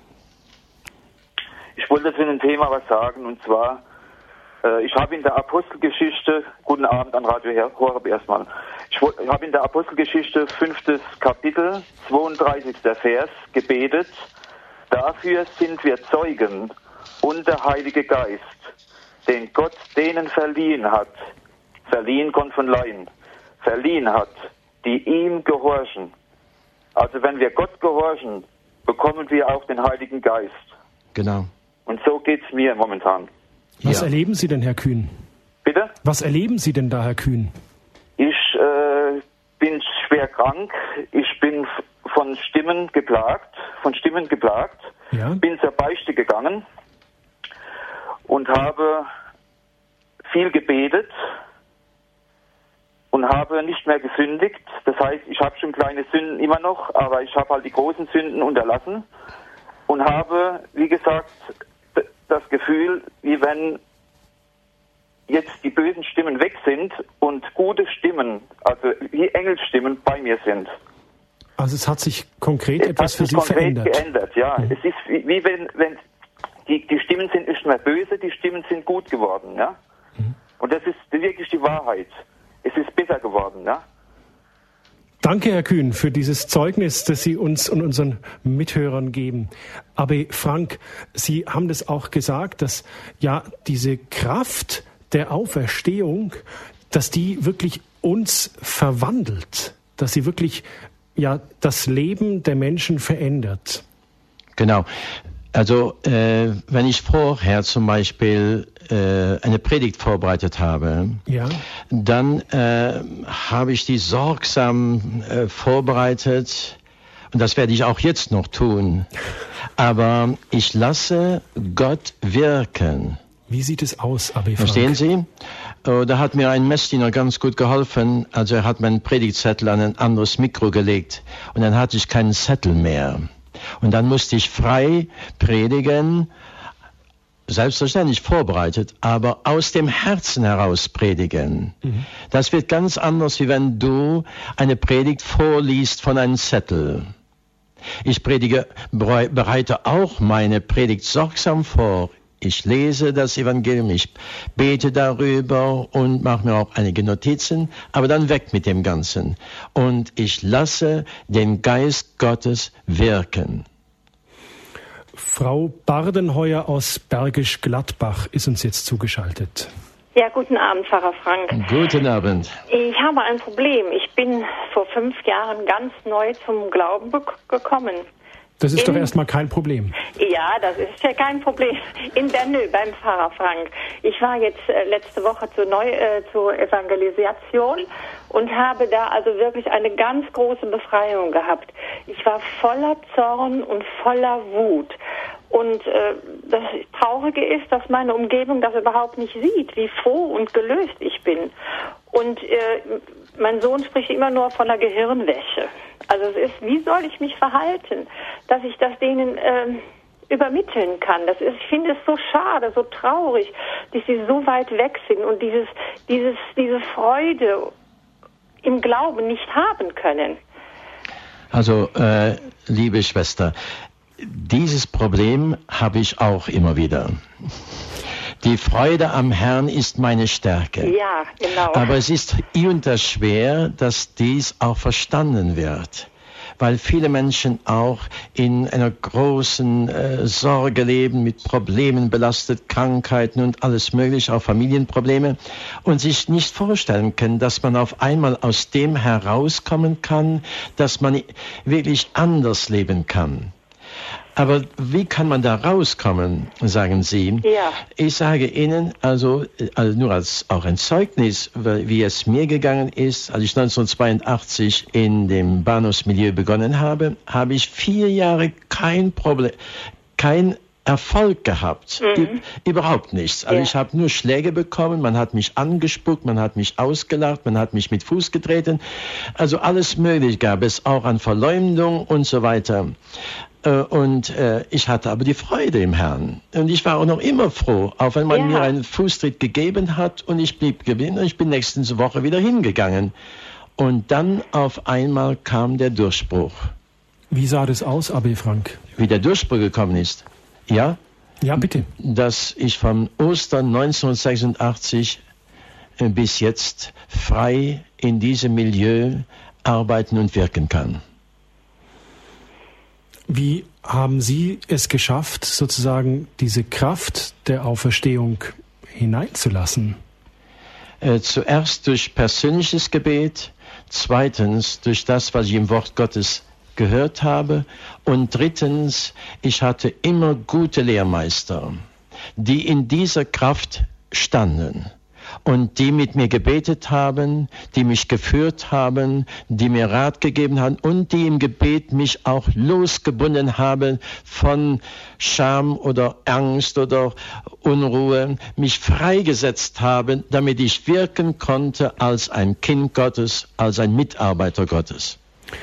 Ich wollte zu einem Thema was sagen, und zwar Ich habe in der Apostelgeschichte, guten Abend an Radio Horeb erstmal, ich habe in der Apostelgeschichte fünftes Kapitel, zweiunddreißigster Vers gebetet, dafür sind wir Zeugen und der Heilige Geist, den Gott denen verliehen hat, verliehen kommt von Leihen, verliehen hat, die ihm gehorchen. Also wenn wir Gott gehorchen, bekommen wir auch den Heiligen Geist. Genau. Und so geht's mir momentan. Was ja. erleben Sie denn, Herr Kühn? Bitte? Was erleben Sie denn da, Herr Kühn? Ich äh, bin schwer krank. Ich bin f- von Stimmen geplagt, von Stimmen geplagt. Ja. Bin zur Beichte gegangen und habe viel gebetet und habe nicht mehr gesündigt. Das heißt, ich habe schon kleine Sünden immer noch, aber ich habe halt die großen Sünden unterlassen und habe, wie gesagt, das Gefühl, wie wenn jetzt die bösen Stimmen weg sind und gute Stimmen, also wie Engelsstimmen bei mir sind. Also es hat sich konkret es etwas für Sie konkret verändert. geändert, ja. Mhm. Es ist wie, wie wenn, wenn die, die Stimmen sind nicht mehr böse, die Stimmen sind gut geworden, ja. Mhm. Und das ist wirklich die Wahrheit. Es ist besser geworden, ja. Danke, Herr Kühn, für dieses Zeugnis, das Sie uns und unseren Mithörern geben. Aber Frank, Sie haben das auch gesagt, dass ja diese Kraft der Auferstehung, dass die wirklich uns verwandelt, dass sie wirklich ja das Leben der Menschen verändert. Genau. Also äh, wenn ich vorher zum Beispiel äh, eine Predigt vorbereitet habe, ja. dann äh, habe ich die sorgsam äh, vorbereitet, und das werde ich auch jetzt noch tun. Aber ich lasse Gott wirken. Wie sieht es aus, Abi Frank? Verstehen Sie? Oh, da hat mir ein Messdiener ganz gut geholfen. Also er hat meinen Predigtzettel an ein anderes Mikro gelegt und dann hatte ich keinen Zettel mehr. Und dann musste ich frei predigen, selbstverständlich vorbereitet, aber aus dem Herzen heraus predigen. Mhm. Das wird ganz anders, wie wenn du eine Predigt vorliest von einem Zettel. Ich predige, bereite auch meine Predigt sorgsam vor. Ich lese das Evangelium, ich bete darüber und mache mir auch einige Notizen, aber dann weg mit dem Ganzen. Und ich lasse den Geist Gottes wirken. Frau Bardenheuer aus Bergisch Gladbach ist uns jetzt zugeschaltet. Ja, guten Abend, Pfarrer Frank. Guten Abend. Ich habe ein Problem. Ich bin vor fünf Jahren ganz neu zum Glauben be- gekommen. Das ist in, doch erstmal kein Problem. Ja, das ist ja kein Problem. In Bernö beim Pfarrer Frank. Ich war jetzt äh, letzte Woche zur, Neu, äh, zur Evangelisation und habe da also wirklich eine ganz große Befreiung gehabt. Ich war voller Zorn und voller Wut. Und äh, das Traurige ist, dass meine Umgebung das überhaupt nicht sieht, wie froh und gelöst ich bin. Und äh, mein Sohn spricht immer nur von der Gehirnwäsche. Also es ist, wie soll ich mich verhalten, dass ich das denen äh, übermitteln kann. Das ist, ich finde es so schade, so traurig, dass sie so weit weg sind und dieses, dieses, diese Freude im Glauben nicht haben können. Also, äh, liebe Schwester, dieses Problem habe ich auch immer wieder. Die Freude am Herrn ist meine Stärke. Ja, genau. Aber es ist hier und da schwer, dass dies auch verstanden wird. Weil viele Menschen auch in einer großen äh, Sorge leben, mit Problemen belastet, Krankheiten und alles mögliche, auch Familienprobleme, und sich nicht vorstellen können, dass man auf einmal aus dem herauskommen kann, dass man wirklich anders leben kann. Aber wie kann man da rauskommen, sagen Sie? Ja. Ich sage Ihnen, also, also nur als auch ein Zeugnis, wie es mir gegangen ist, als ich neunzehnhundertzweiundachtzig in dem Bahnhofsmilieu begonnen habe, habe ich vier Jahre kein Problem, kein Erfolg gehabt. Mhm. Überhaupt nichts. Also ja. Ich habe nur Schläge bekommen, man hat mich angespuckt, man hat mich ausgelacht, man hat mich mit Fuß getreten. Also alles Mögliche gab es, auch an Verleumdung und so weiter. Und äh, ich hatte aber die Freude im Herrn. Und ich war auch noch immer froh, auch wenn man ja. mir einen Fußtritt gegeben hat und ich blieb geblieben und ich bin nächste Woche wieder hingegangen. Und dann auf einmal kam der Durchbruch. Wie sah das aus, Abbé Frank? Wie der Durchbruch gekommen ist? Ja? Ja, bitte. Dass ich von Ostern neunzehnhundertsechsundachtzig bis jetzt frei in diesem Milieu arbeiten und wirken kann. Wie haben Sie es geschafft, sozusagen diese Kraft der Auferstehung hineinzulassen? Äh, zuerst durch persönliches Gebet, zweitens durch das, was ich im Wort Gottes gehört habe, und drittens, ich hatte immer gute Lehrmeister, die in dieser Kraft standen und die mit mir gebetet haben, die mich geführt haben, die mir Rat gegeben haben und die im Gebet mich auch losgebunden haben von Scham oder Angst oder Unruhe, mich freigesetzt haben, damit ich wirken konnte als ein Kind Gottes, als ein Mitarbeiter Gottes.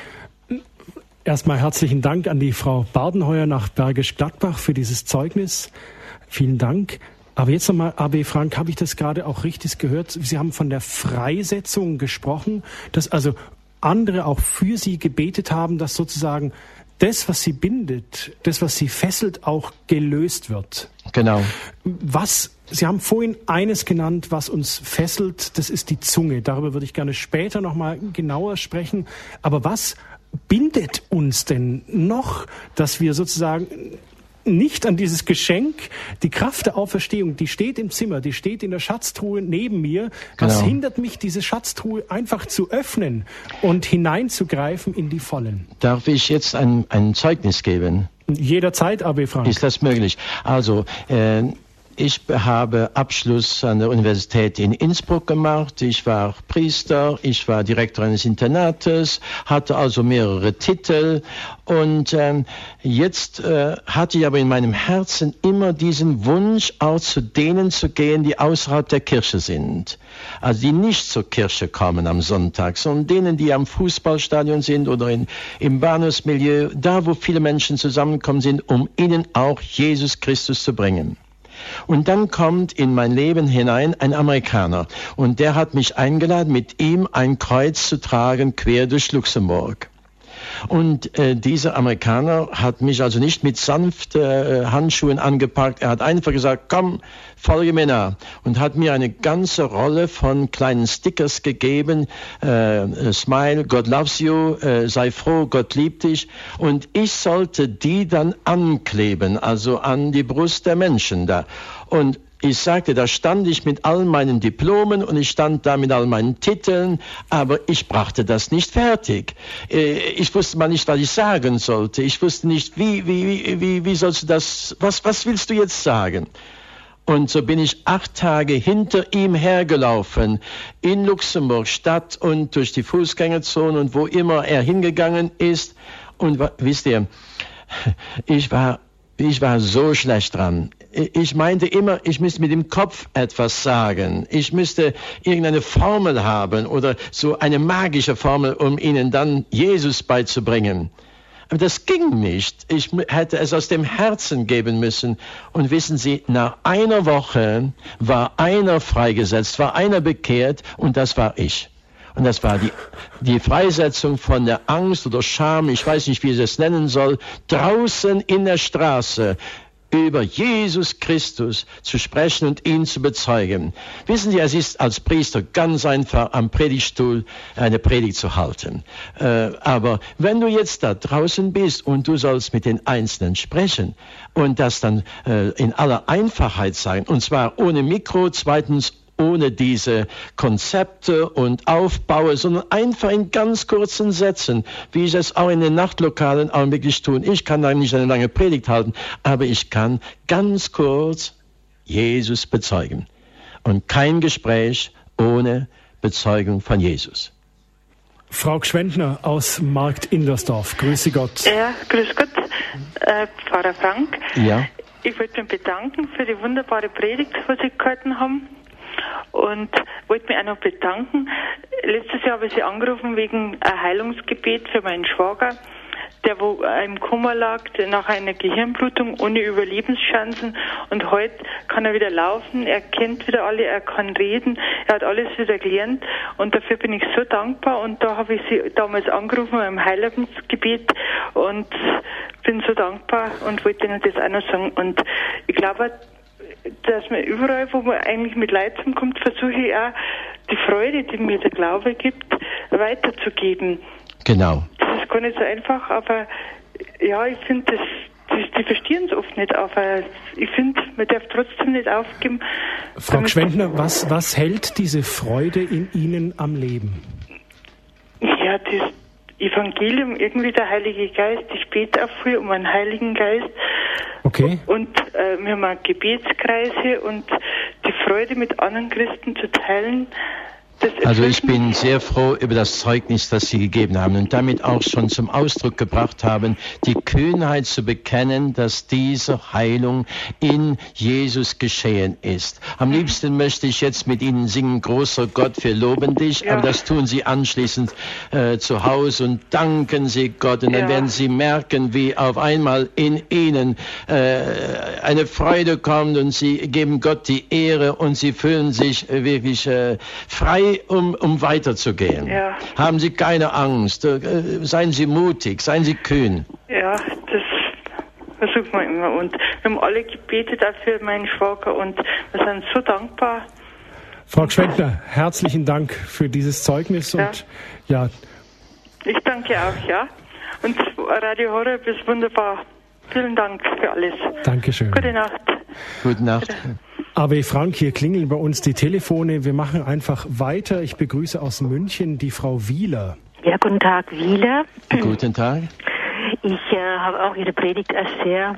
Erstmal herzlichen Dank an die Frau Bardenheuer nach Bergisch Gladbach für dieses Zeugnis. Vielen Dank. Aber jetzt nochmal, Abbé Frank, habe ich das gerade auch richtig gehört? Sie haben von der Freisetzung gesprochen, dass also andere auch für Sie gebetet haben, dass sozusagen das, was Sie bindet, das, was Sie fesselt, auch gelöst wird. Genau. Was, Sie haben vorhin eines genannt, was uns fesselt, das ist die Zunge. Darüber würde ich gerne später nochmal genauer sprechen. Aber was bindet uns denn noch, dass wir sozusagen nicht an dieses Geschenk, die Kraft der Auferstehung, die steht im Zimmer, die steht in der Schatztruhe neben mir. Was genau. hindert mich, diese Schatztruhe einfach zu öffnen und hineinzugreifen in die Vollen? Darf ich jetzt ein, ein Zeugnis geben? Jederzeit, Abbé Frank. Ist das möglich? Also, äh, ich habe Abschluss an der Universität in Innsbruck gemacht. Ich war Priester, ich war Direktor eines Internates, hatte also mehrere Titel. Und ähm, jetzt äh, hatte ich aber in meinem Herzen immer diesen Wunsch, auch zu denen zu gehen, die außerhalb der Kirche sind. Also die nicht zur Kirche kommen am Sonntag, sondern denen, die am Fußballstadion sind oder in, im Bahnhofsmilieu, da wo viele Menschen zusammenkommen sind, um ihnen auch Jesus Christus zu bringen. Und dann kommt in mein Leben hinein ein Amerikaner und der hat mich eingeladen, mit ihm ein Kreuz zu tragen quer durch Luxemburg. Und äh, dieser Amerikaner hat mich also nicht mit sanften äh, Handschuhen angepackt, er hat einfach gesagt, komm, folge mir nach, und hat mir eine ganze Rolle von kleinen Stickers gegeben, äh, Smile, God loves you, äh, sei froh, Gott liebt dich, und ich sollte die dann ankleben, also an die Brust der Menschen da. Und Ich sagte, da stand ich mit all meinen Diplomen und ich stand da mit all meinen Titeln, aber ich brachte das nicht fertig. Ich wusste mal nicht, was ich sagen sollte. Ich wusste nicht, wie, wie, wie, wie sollst du das, was, was willst du jetzt sagen? Und so bin ich acht Tage hinter ihm hergelaufen, in Luxemburg Stadt und durch die Fußgängerzone und wo immer er hingegangen ist. Und wisst ihr, ich war Ich war so schlecht dran. Ich meinte immer, ich müsste mit dem Kopf etwas sagen. Ich müsste irgendeine Formel haben oder so eine magische Formel, um ihnen dann Jesus beizubringen. Aber das ging nicht. Ich hätte es aus dem Herzen geben müssen. Und wissen Sie, nach einer Woche war einer freigesetzt, war einer bekehrt und das war ich. Und das war die, die Freisetzung von der Angst oder Scham, ich weiß nicht, wie ich es nennen soll, draußen in der Straße über Jesus Christus zu sprechen und ihn zu bezeugen. Wissen Sie, es ist als Priester ganz einfach, am Predigtstuhl eine Predigt zu halten. Äh, aber wenn du jetzt da draußen bist und du sollst mit den Einzelnen sprechen und das dann äh, in aller Einfachheit sagen, und zwar ohne Mikro, zweitens ohne diese Konzepte und Aufbaue, sondern einfach in ganz kurzen Sätzen, wie ich es auch in den Nachtlokalen augenblicklich tun. Ich kann da nicht eine lange Predigt halten, aber ich kann ganz kurz Jesus bezeugen. Und kein Gespräch ohne Bezeugung von Jesus. Frau Gschwendner aus Markt Indersdorf, grüße Gott. Ja, grüß Gott, äh, Pfarrer Frank. Ja. Ich wollte mich bedanken für die wunderbare Predigt, die Sie gehalten haben. Und wollte mich auch noch bedanken. Letztes Jahr habe ich Sie angerufen wegen ein Heilungsgebet für meinen Schwager, der wo im Koma lag nach einer Gehirnblutung ohne Überlebenschancen. Und heute kann er wieder laufen, er kennt wieder alle, er kann reden, er hat alles wieder gelernt. Und dafür bin ich so dankbar. Und da habe ich Sie damals angerufen im Heilungsgebet und bin so dankbar und wollte Ihnen das auch noch sagen. Und ich glaube, dass man überall, wo man eigentlich mit Leid zusammenkommt, versuche ich auch die Freude, die mir der Glaube gibt, weiterzugeben. Genau. Das ist gar nicht so einfach, aber ja, ich finde, das, die, die verstehen es oft nicht, aber ich finde, man darf trotzdem nicht aufgeben. Frau Gschwendner, was, was hält diese Freude in Ihnen am Leben? Ja, das Evangelium, irgendwie der Heilige Geist. Ich bete auch viel um einen Heiligen Geist. Okay. Und äh, wir haben auch Gebetskreise und die Freude mit anderen Christen zu teilen. Also ich bin sehr froh über das Zeugnis, das Sie gegeben haben und damit auch schon zum Ausdruck gebracht haben, die Kühnheit zu bekennen, dass diese Heilung in Jesus geschehen ist. Am liebsten möchte ich jetzt mit Ihnen singen, großer Gott, wir loben dich, ja. Aber das tun Sie anschließend äh, zu Hause und danken Sie Gott und dann ja. werden Sie merken, wie auf einmal in Ihnen äh, eine Freude kommt und Sie geben Gott die Ehre und Sie fühlen sich äh, wirklich äh, frei, Um, um weiterzugehen. Ja. Haben Sie keine Angst, äh, seien Sie mutig, seien Sie kühn. Ja, das versuchen wir immer. Und wir haben alle gebetet dafür, meinen Schwager, und wir sind so dankbar. Frau Gschwendner, herzlichen Dank für dieses Zeugnis. Ja. Und ja. Ich danke auch, ja. Und Radio Horeb ist wunderbar. Vielen Dank für alles. Dankeschön. Gute Nacht. Gute Nacht. Gute. A W Frank, hier klingeln bei uns die Telefone. Wir machen einfach weiter. Ich begrüße aus München die Frau Wieler. Ja, guten Tag, Wieler. Guten Tag. Ich äh, habe auch Ihre Predigt als sehr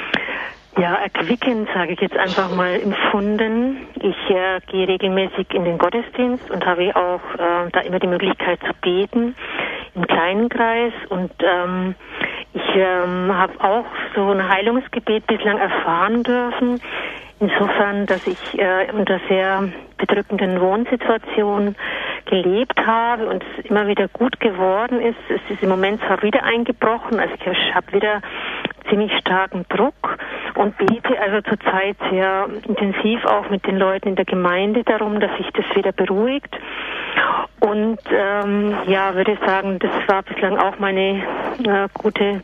ja, erquickend, sage ich jetzt einfach mal, empfunden. Ich äh, gehe regelmäßig in den Gottesdienst und habe auch äh, da immer die Möglichkeit zu beten im kleinen Kreis. Und ähm, ich ähm, habe auch so ein Heilungsgebet bislang erfahren dürfen. Insofern, dass ich äh, unter sehr bedrückenden Wohnsituationen gelebt habe und es immer wieder gut geworden ist. Es ist im Moment zwar wieder eingebrochen, also ich habe wieder ziemlich starken Druck und bete also zurzeit sehr intensiv auch mit den Leuten in der Gemeinde darum, dass sich das wieder beruhigt. Und ähm, ja, würde sagen, das war bislang auch meine äh, gute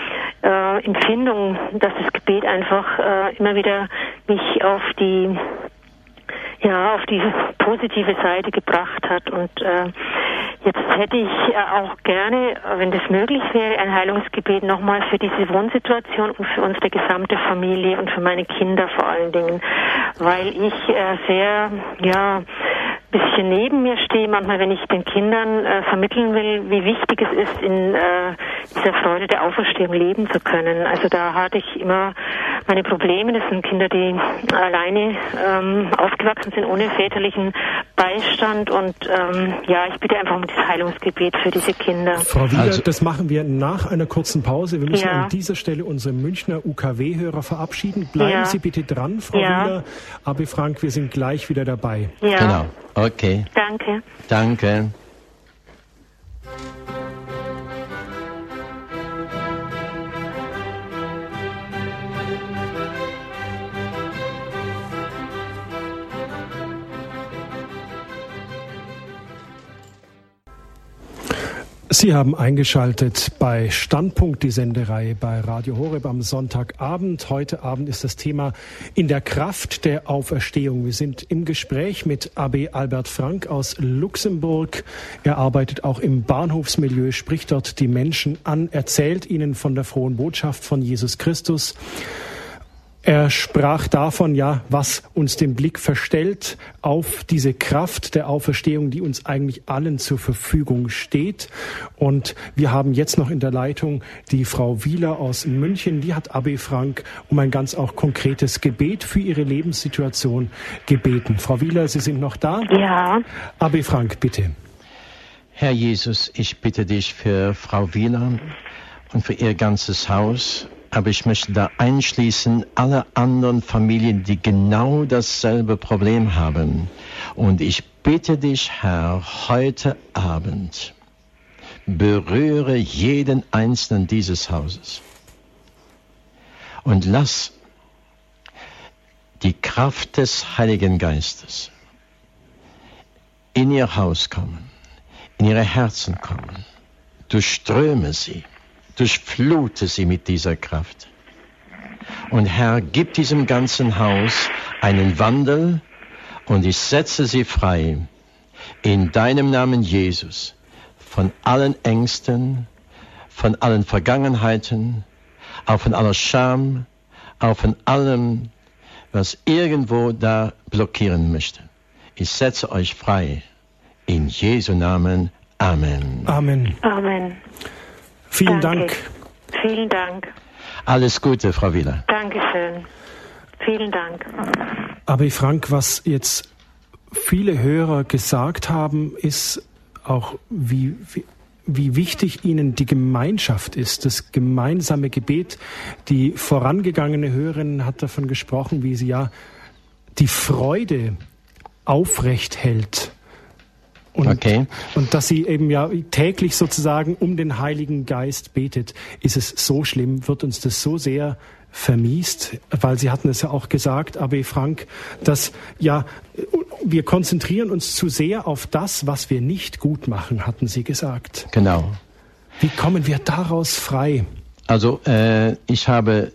Äh, Empfindung, dass das Gebet einfach äh, immer wieder mich auf die ja, auf die positive Seite gebracht hat. Und äh, jetzt hätte ich äh, auch gerne, wenn das möglich wäre, ein Heilungsgebet nochmal für diese Wohnsituation und für unsere gesamte Familie und für meine Kinder vor allen Dingen, weil ich äh, sehr, ja, bisschen neben mir stehe, manchmal, wenn ich den Kindern äh, vermitteln will, wie wichtig es ist, in äh, dieser Freude der Auferstehung leben zu können. Also da hatte ich immer meine Probleme. Das sind Kinder, die alleine ähm, aufgewachsen sind, ohne väterlichen Beistand. Und ähm, ja, ich bitte einfach um das Heilungsgebet für diese Kinder. Frau Wieler, also, das machen wir nach einer kurzen Pause. Wir müssen ja. an dieser Stelle unsere Münchner U K W-Hörer verabschieden. Bleiben ja. Sie bitte dran, Frau ja. Wieler. Abi Frank, wir sind gleich wieder dabei. Ja. Genau. Okay. Danke. Danke. Sie haben eingeschaltet bei Standpunkt, die Sendereihe bei Radio Horeb am Sonntagabend. Heute Abend ist das Thema in der Kraft der Auferstehung. Wir sind im Gespräch mit Abbé Albert Frank aus Luxemburg. Er arbeitet auch im Bahnhofsmilieu, spricht dort die Menschen an, erzählt ihnen von der frohen Botschaft von Jesus Christus. Er sprach davon, ja, was uns den Blick verstellt auf diese Kraft der Auferstehung, die uns eigentlich allen zur Verfügung steht. Und wir haben jetzt noch in der Leitung die Frau Wieler aus München. Die hat Abbé Frank um ein ganz auch konkretes Gebet für ihre Lebenssituation gebeten. Frau Wieler, Sie sind noch da? Ja. Abbé Frank, bitte. Herr Jesus, ich bitte dich für Frau Wieler und für ihr ganzes Haus. Aber ich möchte da einschließen alle anderen Familien, die genau dasselbe Problem haben. Und ich bitte dich, Herr, heute Abend, berühre jeden Einzelnen dieses Hauses. Und lass die Kraft des Heiligen Geistes in ihr Haus kommen, in ihre Herzen kommen. Durchströme sie. Durchflute sie mit dieser Kraft. Und Herr, gib diesem ganzen Haus einen Wandel und ich setze sie frei in deinem Namen Jesus von allen Ängsten, von allen Vergangenheiten, auch von aller Scham, auch von allem, was irgendwo da blockieren möchte. Ich setze euch frei. In Jesu Namen. Amen. Amen. Amen. Vielen Danke. Dank. Vielen Dank. Alles Gute, Frau Wieler. Dankeschön. Vielen Dank. Aber Frank, was jetzt viele Hörer gesagt haben, ist auch, wie, wie, wie wichtig ihnen die Gemeinschaft ist, das gemeinsame Gebet. Die vorangegangene Hörerin hat davon gesprochen, wie sie ja die Freude aufrecht hält. Und, okay. und dass sie eben ja täglich sozusagen um den Heiligen Geist betet. Ist es so schlimm? Wird uns das so sehr vermiest? Weil Sie hatten es ja auch gesagt, Abbé Frank, dass ja wir konzentrieren uns zu sehr auf das, was wir nicht gut machen, hatten Sie gesagt. Genau. Wie kommen wir daraus frei? Also äh, ich habe,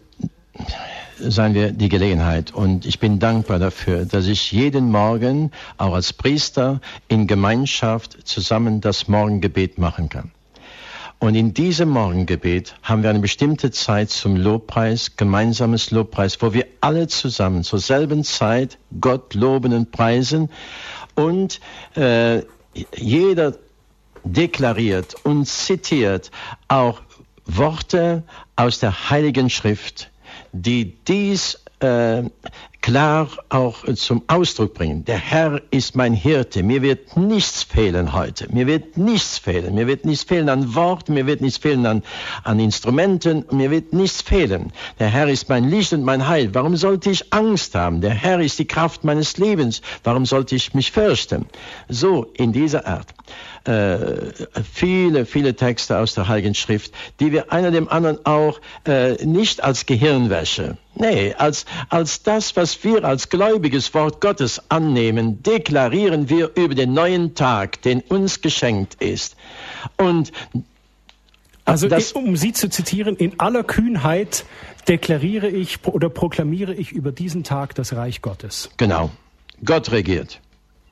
sagen wir, die Gelegenheit und ich bin dankbar dafür, dass ich jeden Morgen auch als Priester in Gemeinschaft zusammen das Morgengebet machen kann. Und in diesem Morgengebet haben wir eine bestimmte Zeit zum Lobpreis, gemeinsames Lobpreis, wo wir alle zusammen zur selben Zeit Gott loben und preisen und äh, jeder deklariert und zitiert auch Worte aus der Heiligen Schrift, die dies äh, klar auch äh, zum Ausdruck bringen. Der Herr ist mein Hirte, mir wird nichts fehlen heute, mir wird nichts fehlen, mir wird nichts fehlen an Worten, mir wird nichts fehlen an, an Instrumenten, mir wird nichts fehlen. Der Herr ist mein Licht und mein Heil, warum sollte ich Angst haben? Der Herr ist die Kraft meines Lebens, warum sollte ich mich fürchten? So in dieser Art. Äh, viele, viele Texte aus der Heiligen Schrift, die wir einer dem anderen auch äh, nicht als Gehirnwäsche, nee, als, als das, was wir als gläubiges Wort Gottes annehmen, deklarieren wir über den neuen Tag, den uns geschenkt ist. Und also, das, um Sie zu zitieren, in aller Kühnheit deklariere ich oder proklamiere ich über diesen Tag das Reich Gottes. Genau. Gott regiert.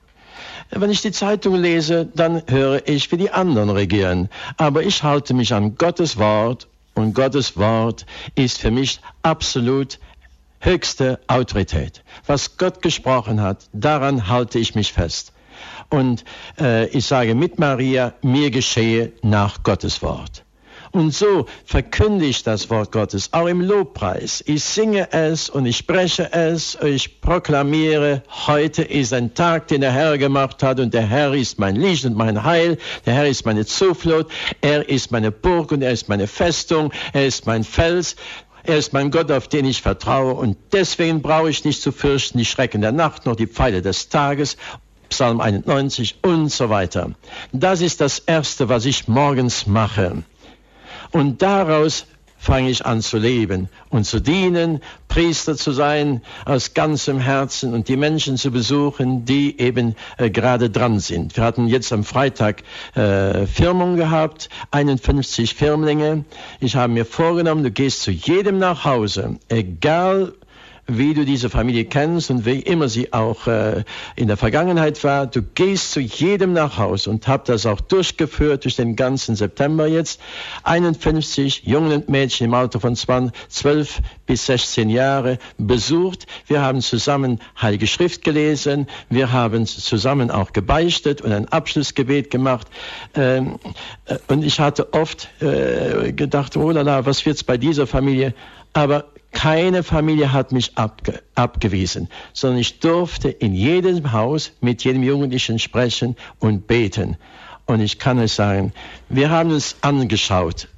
Wenn ich die Zeitung lese, dann höre ich, wie die anderen regieren. Aber ich halte mich an Gottes Wort und Gottes Wort ist für mich absolut höchste Autorität. Was Gott gesprochen hat, daran halte ich mich fest. Und äh, ich sage mit Maria, mir geschehe nach Gottes Wort. Und so verkünde ich das Wort Gottes, auch im Lobpreis. Ich singe es und ich spreche es, ich proklamiere, heute ist ein Tag, den der Herr gemacht hat und der Herr ist mein Licht und mein Heil, der Herr ist meine Zuflucht, er ist meine Burg und er ist meine Festung, er ist mein Fels, er ist mein Gott, auf den ich vertraue und deswegen brauche ich nicht zu fürchten, die Schrecken der Nacht, noch die Pfeile des Tages, Psalm einundneunzig und so weiter. Das ist das Erste, was ich morgens mache. Und daraus fange ich an zu leben und zu dienen, Priester zu sein aus ganzem Herzen und die Menschen zu besuchen, die eben äh, gerade dran sind. Wir hatten jetzt am Freitag äh, Firmung gehabt, einundfünfzig Firmlinge. Ich habe mir vorgenommen, du gehst zu jedem nach Hause, egal wie du diese Familie kennst und wie immer sie auch äh, in der Vergangenheit war. Du gehst zu jedem nach Hause und hab das auch durchgeführt durch den ganzen September jetzt. einundfünfzig Jungen und Mädchen im Alter von zwölf bis sechzehn Jahre besucht. Wir haben zusammen Heilige Schrift gelesen. Wir haben zusammen auch gebeichtet und ein Abschlussgebet gemacht. Ähm, äh, und ich hatte oft äh, gedacht, oh lala, was wird's bei dieser Familie? Aber keine Familie hat mich abge- abgewiesen, sondern ich durfte in jedem Haus mit jedem Jugendlichen sprechen und beten. Und ich kann euch sagen, wir haben uns angeschaut.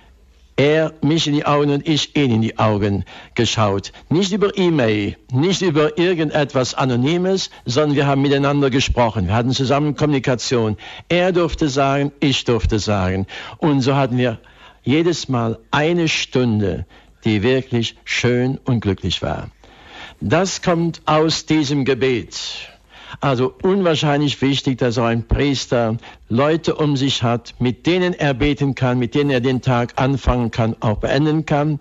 Er mich in die Augen und ich ihn in die Augen geschaut. Nicht über E-Mail, nicht über irgendetwas Anonymes, sondern wir haben miteinander gesprochen. Wir hatten zusammen Kommunikation. Er durfte sagen, ich durfte sagen. Und so hatten wir jedes Mal eine Stunde, die wirklich schön und glücklich war. Das kommt aus diesem Gebet. Also unwahrscheinlich wichtig, dass auch ein Priester Leute um sich hat, mit denen er beten kann, mit denen er den Tag anfangen kann, auch beenden kann.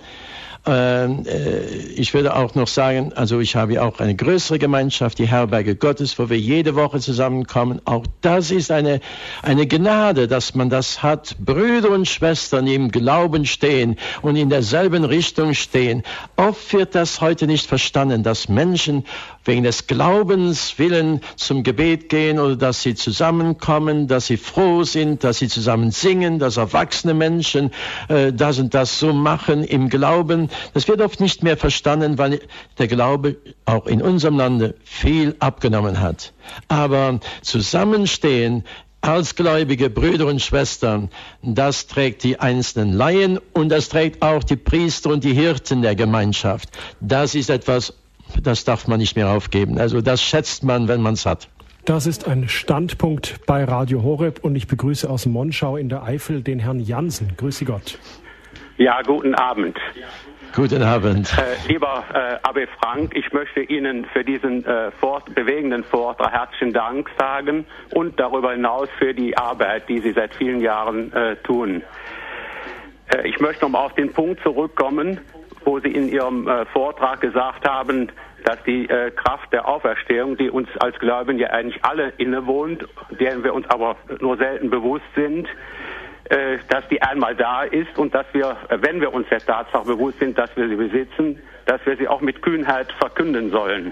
Ich würde auch noch sagen, also ich habe auch eine größere Gemeinschaft, die Herberge Gottes, wo wir jede Woche zusammenkommen. Auch das ist eine, eine Gnade, dass man das hat. Brüder und Schwestern, die im Glauben stehen und in derselben Richtung stehen. Oft wird das heute nicht verstanden, dass Menschen wegen des Glaubens willen zum Gebet gehen oder dass sie zusammenkommen, dass sie froh sind, dass sie zusammen singen, dass erwachsene Menschen äh, das und das so machen im Glauben. Das wird oft nicht mehr verstanden, weil der Glaube auch in unserem Lande viel abgenommen hat. Aber zusammenstehen als gläubige Brüder und Schwestern, das trägt die einzelnen Laien und das trägt auch die Priester und die Hirten der Gemeinschaft. Das ist etwas, das darf man nicht mehr aufgeben. Also das schätzt man, wenn man es hat. Das ist ein Standpunkt bei Radio Horeb und ich begrüße aus Monschau in der Eifel den Herrn Jansen. Grüße Gott. Ja, guten Abend. Guten Abend. Äh, lieber äh, Abbe Frank, ich möchte Ihnen für diesen äh, fort, bewegenden Vortrag herzlichen Dank sagen und darüber hinaus für die Arbeit, die Sie seit vielen Jahren äh, tun. Äh, ich möchte nochmal auf den Punkt zurückkommen, wo Sie in Ihrem äh, Vortrag gesagt haben, dass die äh, Kraft der Auferstehung, die uns als Gläubigen ja eigentlich alle innewohnt, deren wir uns aber nur selten bewusst sind, äh, dass die einmal da ist und dass wir, wenn wir uns der Tatsache bewusst sind, dass wir sie besitzen, dass wir sie auch mit Kühnheit verkünden sollen.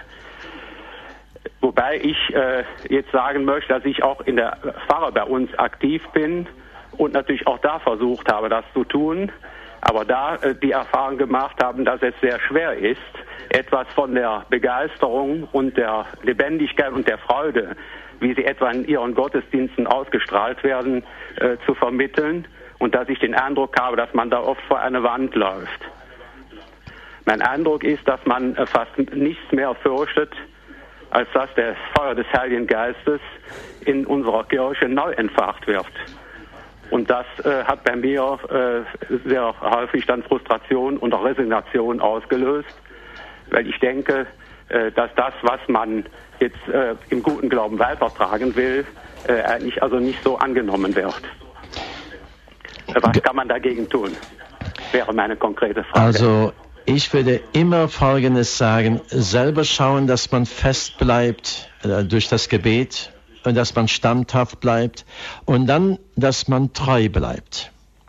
Wobei ich äh, jetzt sagen möchte, dass ich auch in der Pfarre bei uns aktiv bin und natürlich auch da versucht habe, das zu tun, aber da äh, die Erfahrung gemacht haben, dass es sehr schwer ist, etwas von der Begeisterung und der Lebendigkeit und der Freude, wie sie etwa in ihren Gottesdiensten ausgestrahlt werden, äh, zu vermitteln und dass ich den Eindruck habe, dass man da oft vor eine Wand läuft. Mein Eindruck ist, dass man äh, fast nichts mehr fürchtet, als dass das Feuer des Heiligen Geistes in unserer Kirche neu entfacht wird. Und das äh, hat bei mir äh, sehr häufig dann Frustration und auch Resignation ausgelöst, weil ich denke, äh, dass das, was man jetzt äh, im guten Glauben weitertragen will, äh, eigentlich also nicht so angenommen wird. Was kann man dagegen tun? Wäre meine konkrete Frage. Also Ich würde immer Folgendes sagen: Selber schauen, dass man fest bleibt äh, durch das Gebet und dass man standhaft bleibt und dann, dass man treu bleibt.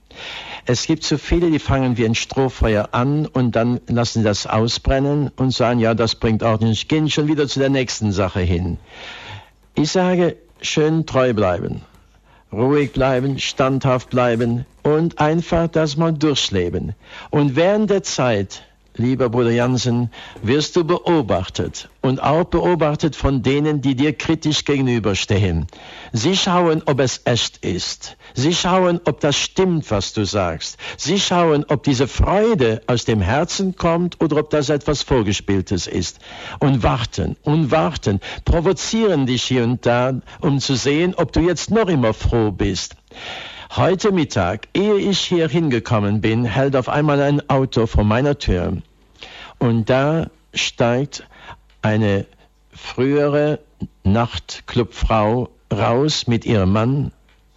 Es gibt so viele, die fangen wie ein Strohfeuer an und dann lassen sie das ausbrennen und sagen, ja, das bringt auch nicht, gehen schon wieder zu der nächsten Sache hin. Ich sage, schön treu bleiben, ruhig bleiben, standhaft bleiben und einfach das mal durchleben. Und während der Zeit, lieber Bruder Jansen, wirst du beobachtet und auch beobachtet von denen, die dir kritisch gegenüberstehen. Sie schauen, ob es echt ist. Sie schauen, ob das stimmt, was du sagst. Sie schauen, ob diese Freude aus dem Herzen kommt oder ob das etwas Vorgespieltes ist. Und warten und warten, provozieren dich hier und da, um zu sehen, ob du jetzt noch immer froh bist. Heute Mittag, ehe ich hier hingekommen bin, hält auf einmal ein Auto vor meiner Tür. Und da steigt eine frühere Nachtclubfrau raus mit ihrem Mann.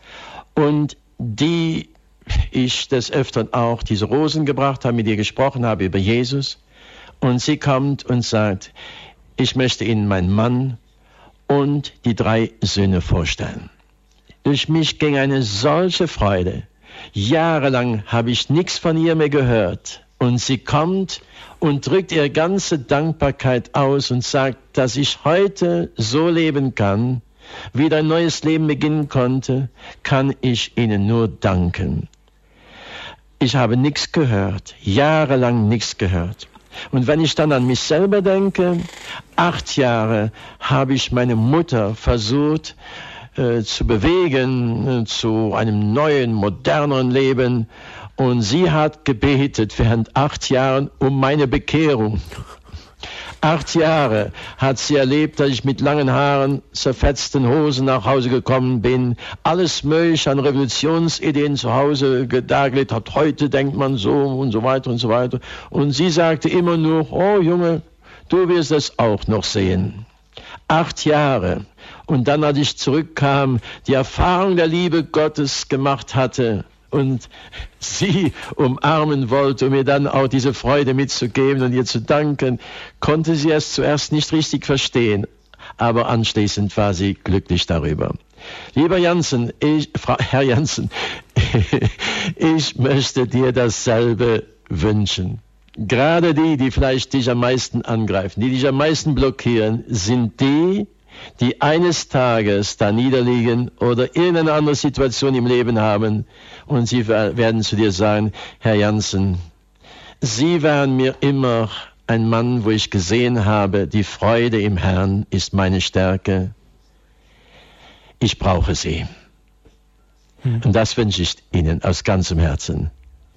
Und die ich des Öfteren auch diese Rosen gebracht habe, mit ihr gesprochen habe über Jesus. Und sie kommt und sagt, ich möchte Ihnen meinen Mann und die drei Söhne vorstellen. Durch mich ging eine solche Freude. Jahrelang habe ich nichts von ihr mehr gehört. Und sie kommt und drückt ihre ganze Dankbarkeit aus und sagt, dass ich heute so leben kann, wieder ein neues Leben beginnen konnte, kann ich Ihnen nur danken. Ich habe nichts gehört, jahrelang nichts gehört. Und wenn ich dann an mich selber denke, acht Jahre habe ich meine Mutter versucht, zu bewegen zu einem neuen, moderneren Leben. Und sie hat gebetet während acht Jahren um meine Bekehrung. Acht Jahre hat sie erlebt, dass ich mit langen Haaren, zerfetzten Hosen nach Hause gekommen bin, alles mögliche an Revolutionsideen zu Hause dargelegt hat. Heute denkt man so und so weiter und so weiter. Und sie sagte immer nur, oh Junge, du wirst es auch noch sehen. Acht Jahre. Und dann, als ich zurückkam, die Erfahrung der Liebe Gottes gemacht hatte und sie umarmen wollte, um mir dann auch diese Freude mitzugeben und ihr zu danken, konnte sie es zuerst nicht richtig verstehen, aber anschließend war sie glücklich darüber. Lieber Jansen, ich, Frau, Herr Jansen, ich möchte dir dasselbe wünschen. Gerade die, die vielleicht dich am meisten angreifen, die dich am meisten blockieren, sind die, die eines Tages da niederliegen oder irgendeine andere Situation im Leben haben und sie werden zu dir sagen, Herr Jansen, Sie waren mir immer ein Mann, wo ich gesehen habe, die Freude im Herrn ist meine Stärke. Ich brauche sie. Mhm. Und das wünsche ich Ihnen aus ganzem Herzen.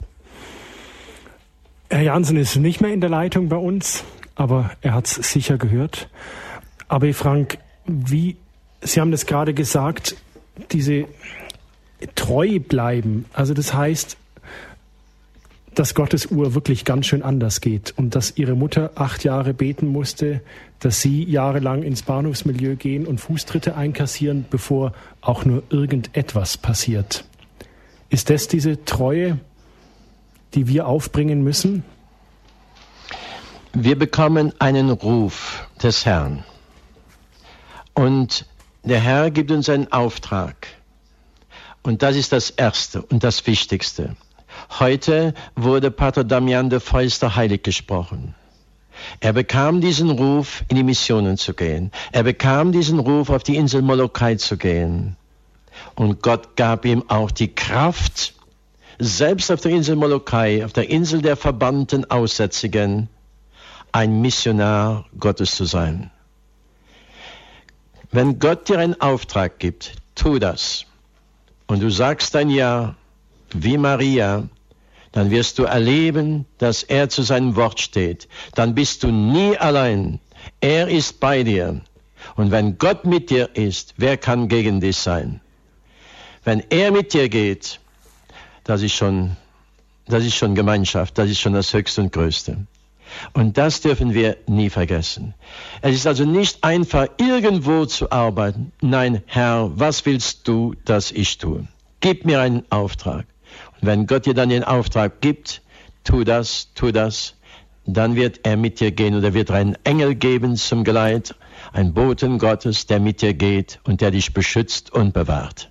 Herr Jansen ist nicht mehr in der Leitung bei uns, aber er hat es sicher gehört. Aber Frank, wie, Sie haben das gerade gesagt, diese treu bleiben, also das heißt, dass Gottes Uhr wirklich ganz schön anders geht und dass Ihre Mutter acht Jahre beten musste, dass Sie jahrelang ins Bahnhofsmilieu gehen und Fußtritte einkassieren, bevor auch nur irgendetwas passiert. Ist das diese Treue, die wir aufbringen müssen? Wir bekommen einen Ruf des Herrn. Und der Herr gibt uns einen Auftrag. Und das ist das Erste und das Wichtigste. Heute wurde Pater Damian de Feuster heilig gesprochen. Er bekam diesen Ruf, in die Missionen zu gehen. Er bekam diesen Ruf, auf die Insel Molokai zu gehen. Und Gott gab ihm auch die Kraft, selbst auf der Insel Molokai, auf der Insel der verbannten Aussätzigen, ein Missionar Gottes zu sein. Wenn Gott dir einen Auftrag gibt, tu das. Und du sagst ein Ja, wie Maria, dann wirst du erleben, dass er zu seinem Wort steht. Dann bist du nie allein. Er ist bei dir. Und wenn Gott mit dir ist, wer kann gegen dich sein? Wenn er mit dir geht, das ist schon, das ist schon Gemeinschaft, das ist schon das Höchste und Größte. Und das dürfen wir nie vergessen. Es ist also nicht einfach, irgendwo zu arbeiten. Nein, Herr, was willst du, dass ich tue? Gib mir einen Auftrag. Und wenn Gott dir dann den Auftrag gibt, tu das, tu das, dann wird er mit dir gehen und er wird einen Engel geben zum Geleit, einen Boten Gottes, der mit dir geht und der dich beschützt und bewahrt.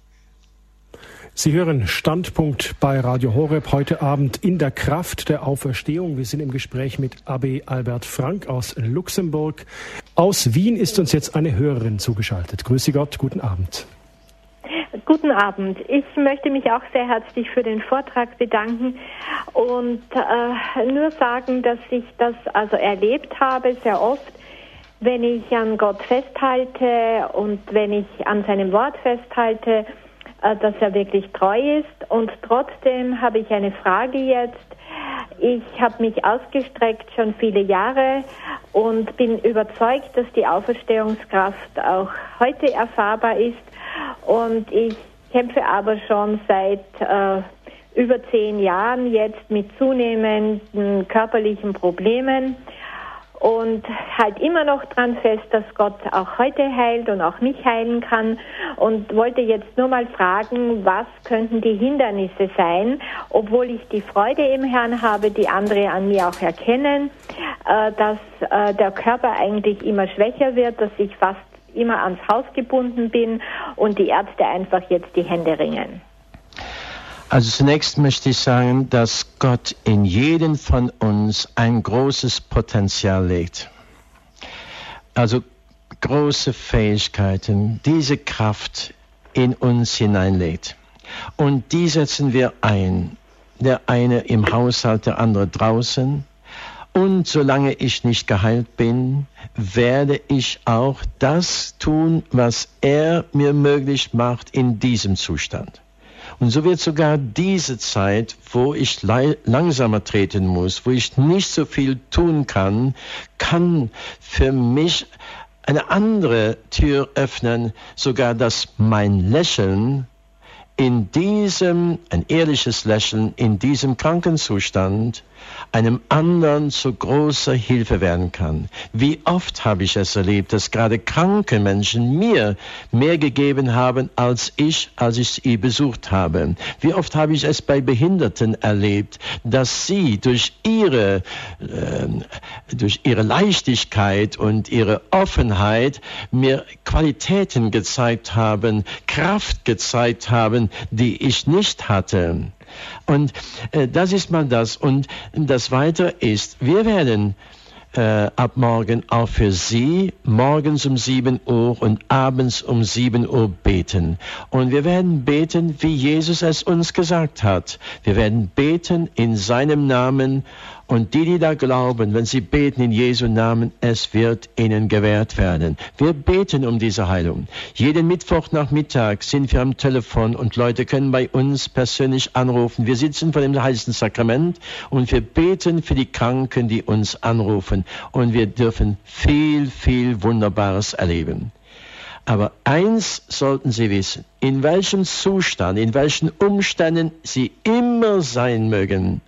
Sie hören Standpunkt bei Radio Horeb heute Abend in der Kraft der Auferstehung. Wir sind im Gespräch mit Abbé Albert Frank aus Luxemburg. Aus Wien ist uns jetzt eine Hörerin zugeschaltet. Grüße Gott, guten Abend. Guten Abend. Ich möchte mich auch sehr herzlich für den Vortrag bedanken und äh, nur sagen, dass ich das also erlebt habe, sehr oft, wenn ich an Gott festhalte und wenn ich an seinem Wort festhalte, äh, dass er wirklich treu ist. Und trotzdem habe ich eine Frage jetzt. Ich habe mich ausgestreckt schon viele Jahre und bin überzeugt, dass die Auferstehungskraft auch heute erfahrbar ist. Und ich kämpfe aber schon seit äh, über zehn Jahren jetzt mit zunehmenden körperlichen Problemen und halt immer noch dran fest, dass Gott auch heute heilt und auch mich heilen kann und wollte jetzt nur mal fragen, was könnten die Hindernisse sein, obwohl ich die Freude im Herrn habe, die andere an mir auch erkennen, äh, dass äh, der Körper eigentlich immer schwächer wird, dass ich fast immer ans Haus gebunden bin und die Ärzte einfach jetzt die Hände ringen. Also zunächst möchte ich sagen, dass Gott in jeden von uns ein großes Potenzial legt. Also große Fähigkeiten, diese Kraft in uns hineinlegt. Und die setzen wir ein. Der eine im Haushalt, der andere draußen. Und solange ich nicht geheilt bin, werde ich auch das tun, was er mir möglich macht in diesem Zustand. Und so wird sogar diese Zeit, wo ich langsamer treten muss, wo ich nicht so viel tun kann, kann für mich eine andere Tür öffnen, sogar dass mein Lächeln in diesem, ein ehrliches Lächeln in diesem Krankenzustand einem anderen zu großer Hilfe werden kann. Wie oft habe ich es erlebt, dass gerade kranke Menschen mir mehr gegeben haben, als ich, als ich sie besucht habe. Wie oft habe ich es bei Behinderten erlebt, dass sie durch ihre, äh, durch ihre Leichtigkeit und ihre Offenheit mir Qualitäten gezeigt haben, Kraft gezeigt haben, die ich nicht hatte. Und äh, das ist mal das. Und das Weitere ist, wir werden äh, ab morgen auch für Sie morgens um sieben Uhr und abends um sieben Uhr beten. Und wir werden beten, wie Jesus es uns gesagt hat. Wir werden beten in seinem Namen. Und die, die da glauben, wenn sie beten in Jesu Namen, es wird ihnen gewährt werden. Wir beten um diese Heilung. Jeden Mittwochnachmittag sind wir am Telefon und Leute können bei uns persönlich anrufen. Wir sitzen vor dem Heiligen Sakrament und wir beten für die Kranken, die uns anrufen. Und wir dürfen viel, viel Wunderbares erleben. Aber eins sollten Sie wissen, in welchem Zustand, in welchen Umständen Sie immer sein mögen,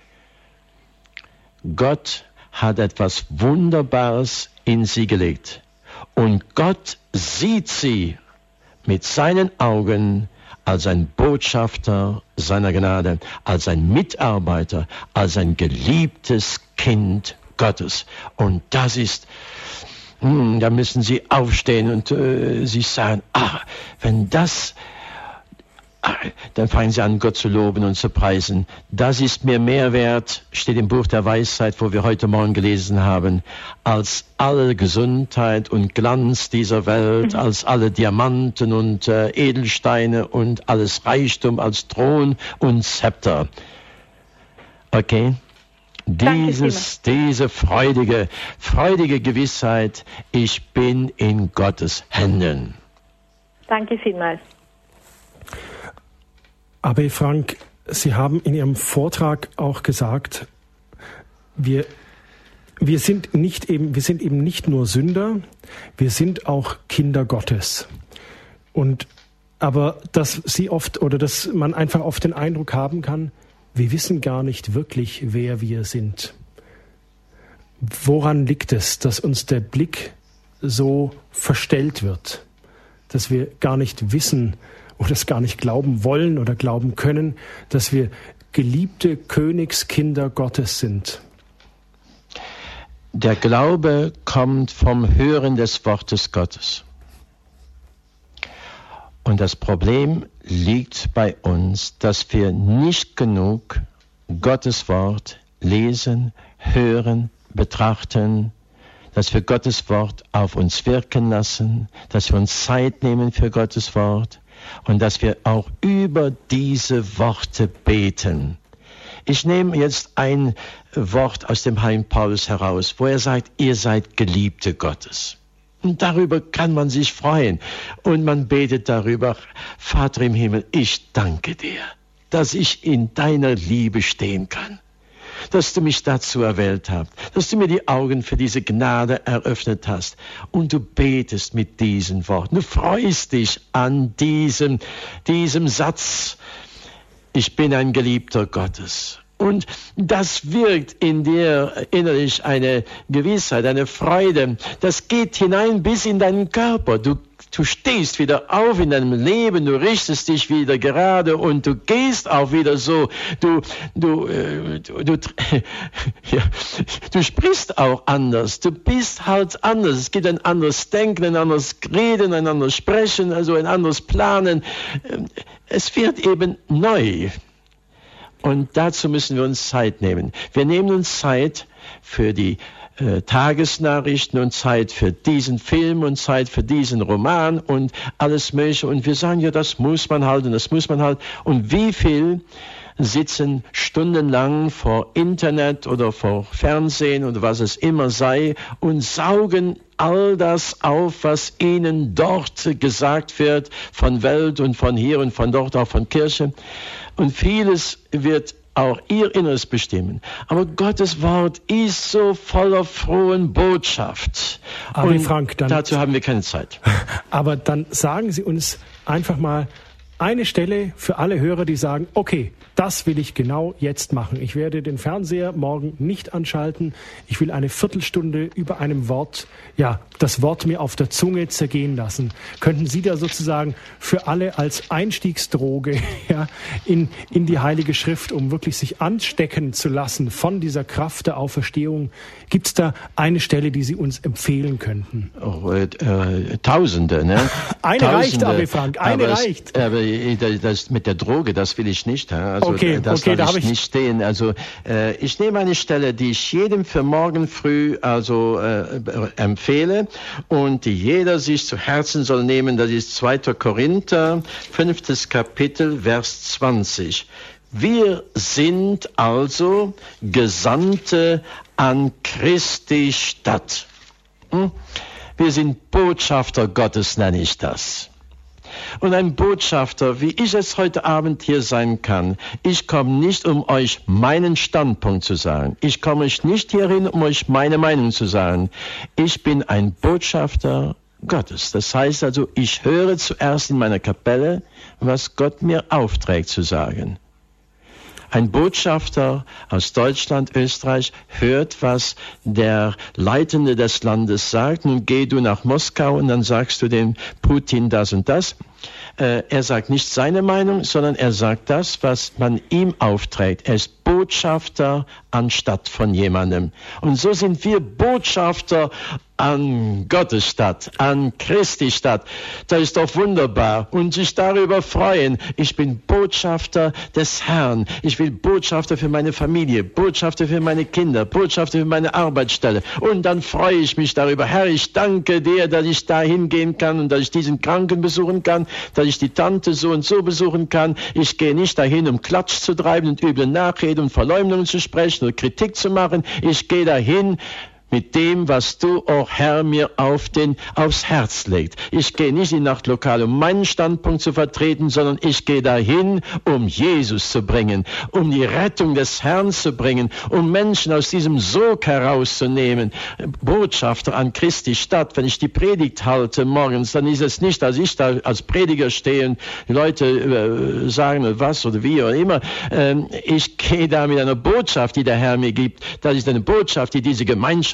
Gott hat etwas Wunderbares in sie gelegt. Und Gott sieht sie mit seinen Augen als ein Botschafter seiner Gnade, als ein Mitarbeiter, als ein geliebtes Kind Gottes. Und das ist, mh, da müssen Sie aufstehen und äh, sich sagen, ach, wenn das... Dann fangen sie an, Gott zu loben und zu preisen. Das ist mir mehr wert, steht im Buch der Weisheit, wo wir heute Morgen gelesen haben, als alle Gesundheit und Glanz dieser Welt, mhm. als alle Diamanten und äh, Edelsteine und alles Reichtum als Thron und Zepter. Okay? Dieses, diese freudige, freudige Gewissheit, ich bin in Gottes Händen. Danke vielmals. Abbé Frank, Sie haben in Ihrem Vortrag auch gesagt, wir, wir sind nicht eben, wir sind eben nicht nur Sünder, wir sind auch Kinder Gottes. Und, aber dass Sie oft, oder dass man einfach oft den Eindruck haben kann, wir wissen gar nicht wirklich, wer wir sind. Woran liegt es, dass uns der Blick so verstellt wird, dass wir gar nicht wissen, oder es gar nicht glauben wollen oder glauben können, dass wir geliebte Königskinder Gottes sind? Der Glaube kommt vom Hören des Wortes Gottes. Und das Problem liegt bei uns, dass wir nicht genug Gottes Wort lesen, hören, betrachten, dass wir Gottes Wort auf uns wirken lassen, dass wir uns Zeit nehmen für Gottes Wort und dass wir auch über diese Worte beten. Ich nehme jetzt ein Wort aus dem Heiligen Paulus heraus, wo er sagt, ihr seid Geliebte Gottes. Und darüber kann man sich freuen. Und man betet darüber, Vater im Himmel, ich danke dir, dass ich in deiner Liebe stehen kann. Dass du mich dazu erwählt hast, dass du mir die Augen für diese Gnade eröffnet hast. Und du betest mit diesen Worten. Du freust dich an diesem, diesem Satz. Ich bin ein Geliebter Gottes. Und das wirkt in dir innerlich eine Gewissheit, eine Freude. Das geht hinein bis in deinen Körper. Du, du stehst wieder auf in deinem Leben, du richtest dich wieder gerade und du gehst auch wieder so. Du, du, äh, du, du, ja, du sprichst auch anders. Du bist halt anders. Es gibt ein anderes Denken, ein anderes Reden, ein anderes Sprechen, also ein anderes Planen. Es wird eben neu. Und dazu müssen wir uns Zeit nehmen. Wir nehmen uns Zeit für die äh, Tagesnachrichten und Zeit für diesen Film und Zeit für diesen Roman und alles Mögliche. Und wir sagen, ja, das muss man halt und das muss man halt. Und wie viel sitzen stundenlang vor Internet oder vor Fernsehen oder was es immer sei und saugen all das auf, was ihnen dort gesagt wird von Welt und von hier und von dort, auch von Kirche. Und vieles wird auch ihr Inneres bestimmen. Aber Gottes Wort ist so voller frohen Botschaft. Aber und Frank, dann, dazu haben wir keine Zeit. Aber dann sagen Sie uns einfach mal eine Stelle für alle Hörer, die sagen, okay, das will ich genau jetzt machen. Ich werde den Fernseher morgen nicht anschalten. Ich will eine Viertelstunde über einem Wort, ja, das Wort mir auf der Zunge zergehen lassen. Könnten Sie da sozusagen für alle als Einstiegsdroge ja, in, in die Heilige Schrift, um wirklich sich anstecken zu lassen von dieser Kraft der Auferstehung, gibt es da eine Stelle, die Sie uns empfehlen könnten? Oh, äh, äh, Tausende, ne? Eine Tausende, reicht, aber Frank, eine aber reicht. Es, aber das mit der Droge, das will ich nicht. Also okay, das okay, lasse da ich, ich nicht stehen. Also äh, ich nehme eine Stelle, die ich jedem für morgen früh also äh, empfehle und die jeder sich zu Herzen soll nehmen. Das ist zweiter Korinther, fünftes Kapitel, Vers zwanzig. Wir sind also Gesandte an Christi Stadt. Hm? Wir sind Botschafter Gottes, nenne ich das. Und ein Botschafter, wie ich es heute Abend hier sein kann, ich komme nicht, um euch meinen Standpunkt zu sagen. Ich komme nicht hierhin, um euch meine Meinung zu sagen. Ich bin ein Botschafter Gottes. Das heißt also, ich höre zuerst in meiner Kapelle, was Gott mir aufträgt zu sagen. Ein Botschafter aus Deutschland, Österreich, hört, was der Leitende des Landes sagt. Nun geh du nach Moskau und dann sagst du dem Putin das und das. Äh, er sagt nicht seine Meinung, sondern er sagt das, was man ihm aufträgt. Er ist Botschafter anstatt von jemandem. Und so sind wir Botschafter an Gottes Stadt, an Christi Stadt. Das ist doch wunderbar und sich darüber freuen. Ich bin Botschafter des Herrn. Ich will Botschafter für meine Familie, Botschafter für meine Kinder, Botschafter für meine Arbeitsstelle. Und dann freue ich mich darüber. Herr, ich danke dir, dass ich da hingehen kann und dass ich diesen Kranken besuchen kann, dass ich die Tante so und so besuchen kann. Ich gehe nicht dahin, um Klatsch zu treiben und üble Nachrede und Verleumdungen zu sprechen oder Kritik zu machen. Ich gehe dahin mit dem, was du, oh Herr, mir auf den, aufs Herz legst. Ich gehe nicht in die Nachtlokale, um meinen Standpunkt zu vertreten, sondern ich gehe dahin, um Jesus zu bringen, um die Rettung des Herrn zu bringen, um Menschen aus diesem Sog herauszunehmen. Botschafter an Christi Stadt, wenn ich die Predigt halte morgens, dann ist es nicht, dass ich da als Prediger stehe und die Leute äh, sagen, was oder wie oder immer. Ähm, ich gehe da mit einer Botschaft, die der Herr mir gibt. Das ist eine Botschaft, die diese Gemeinschaft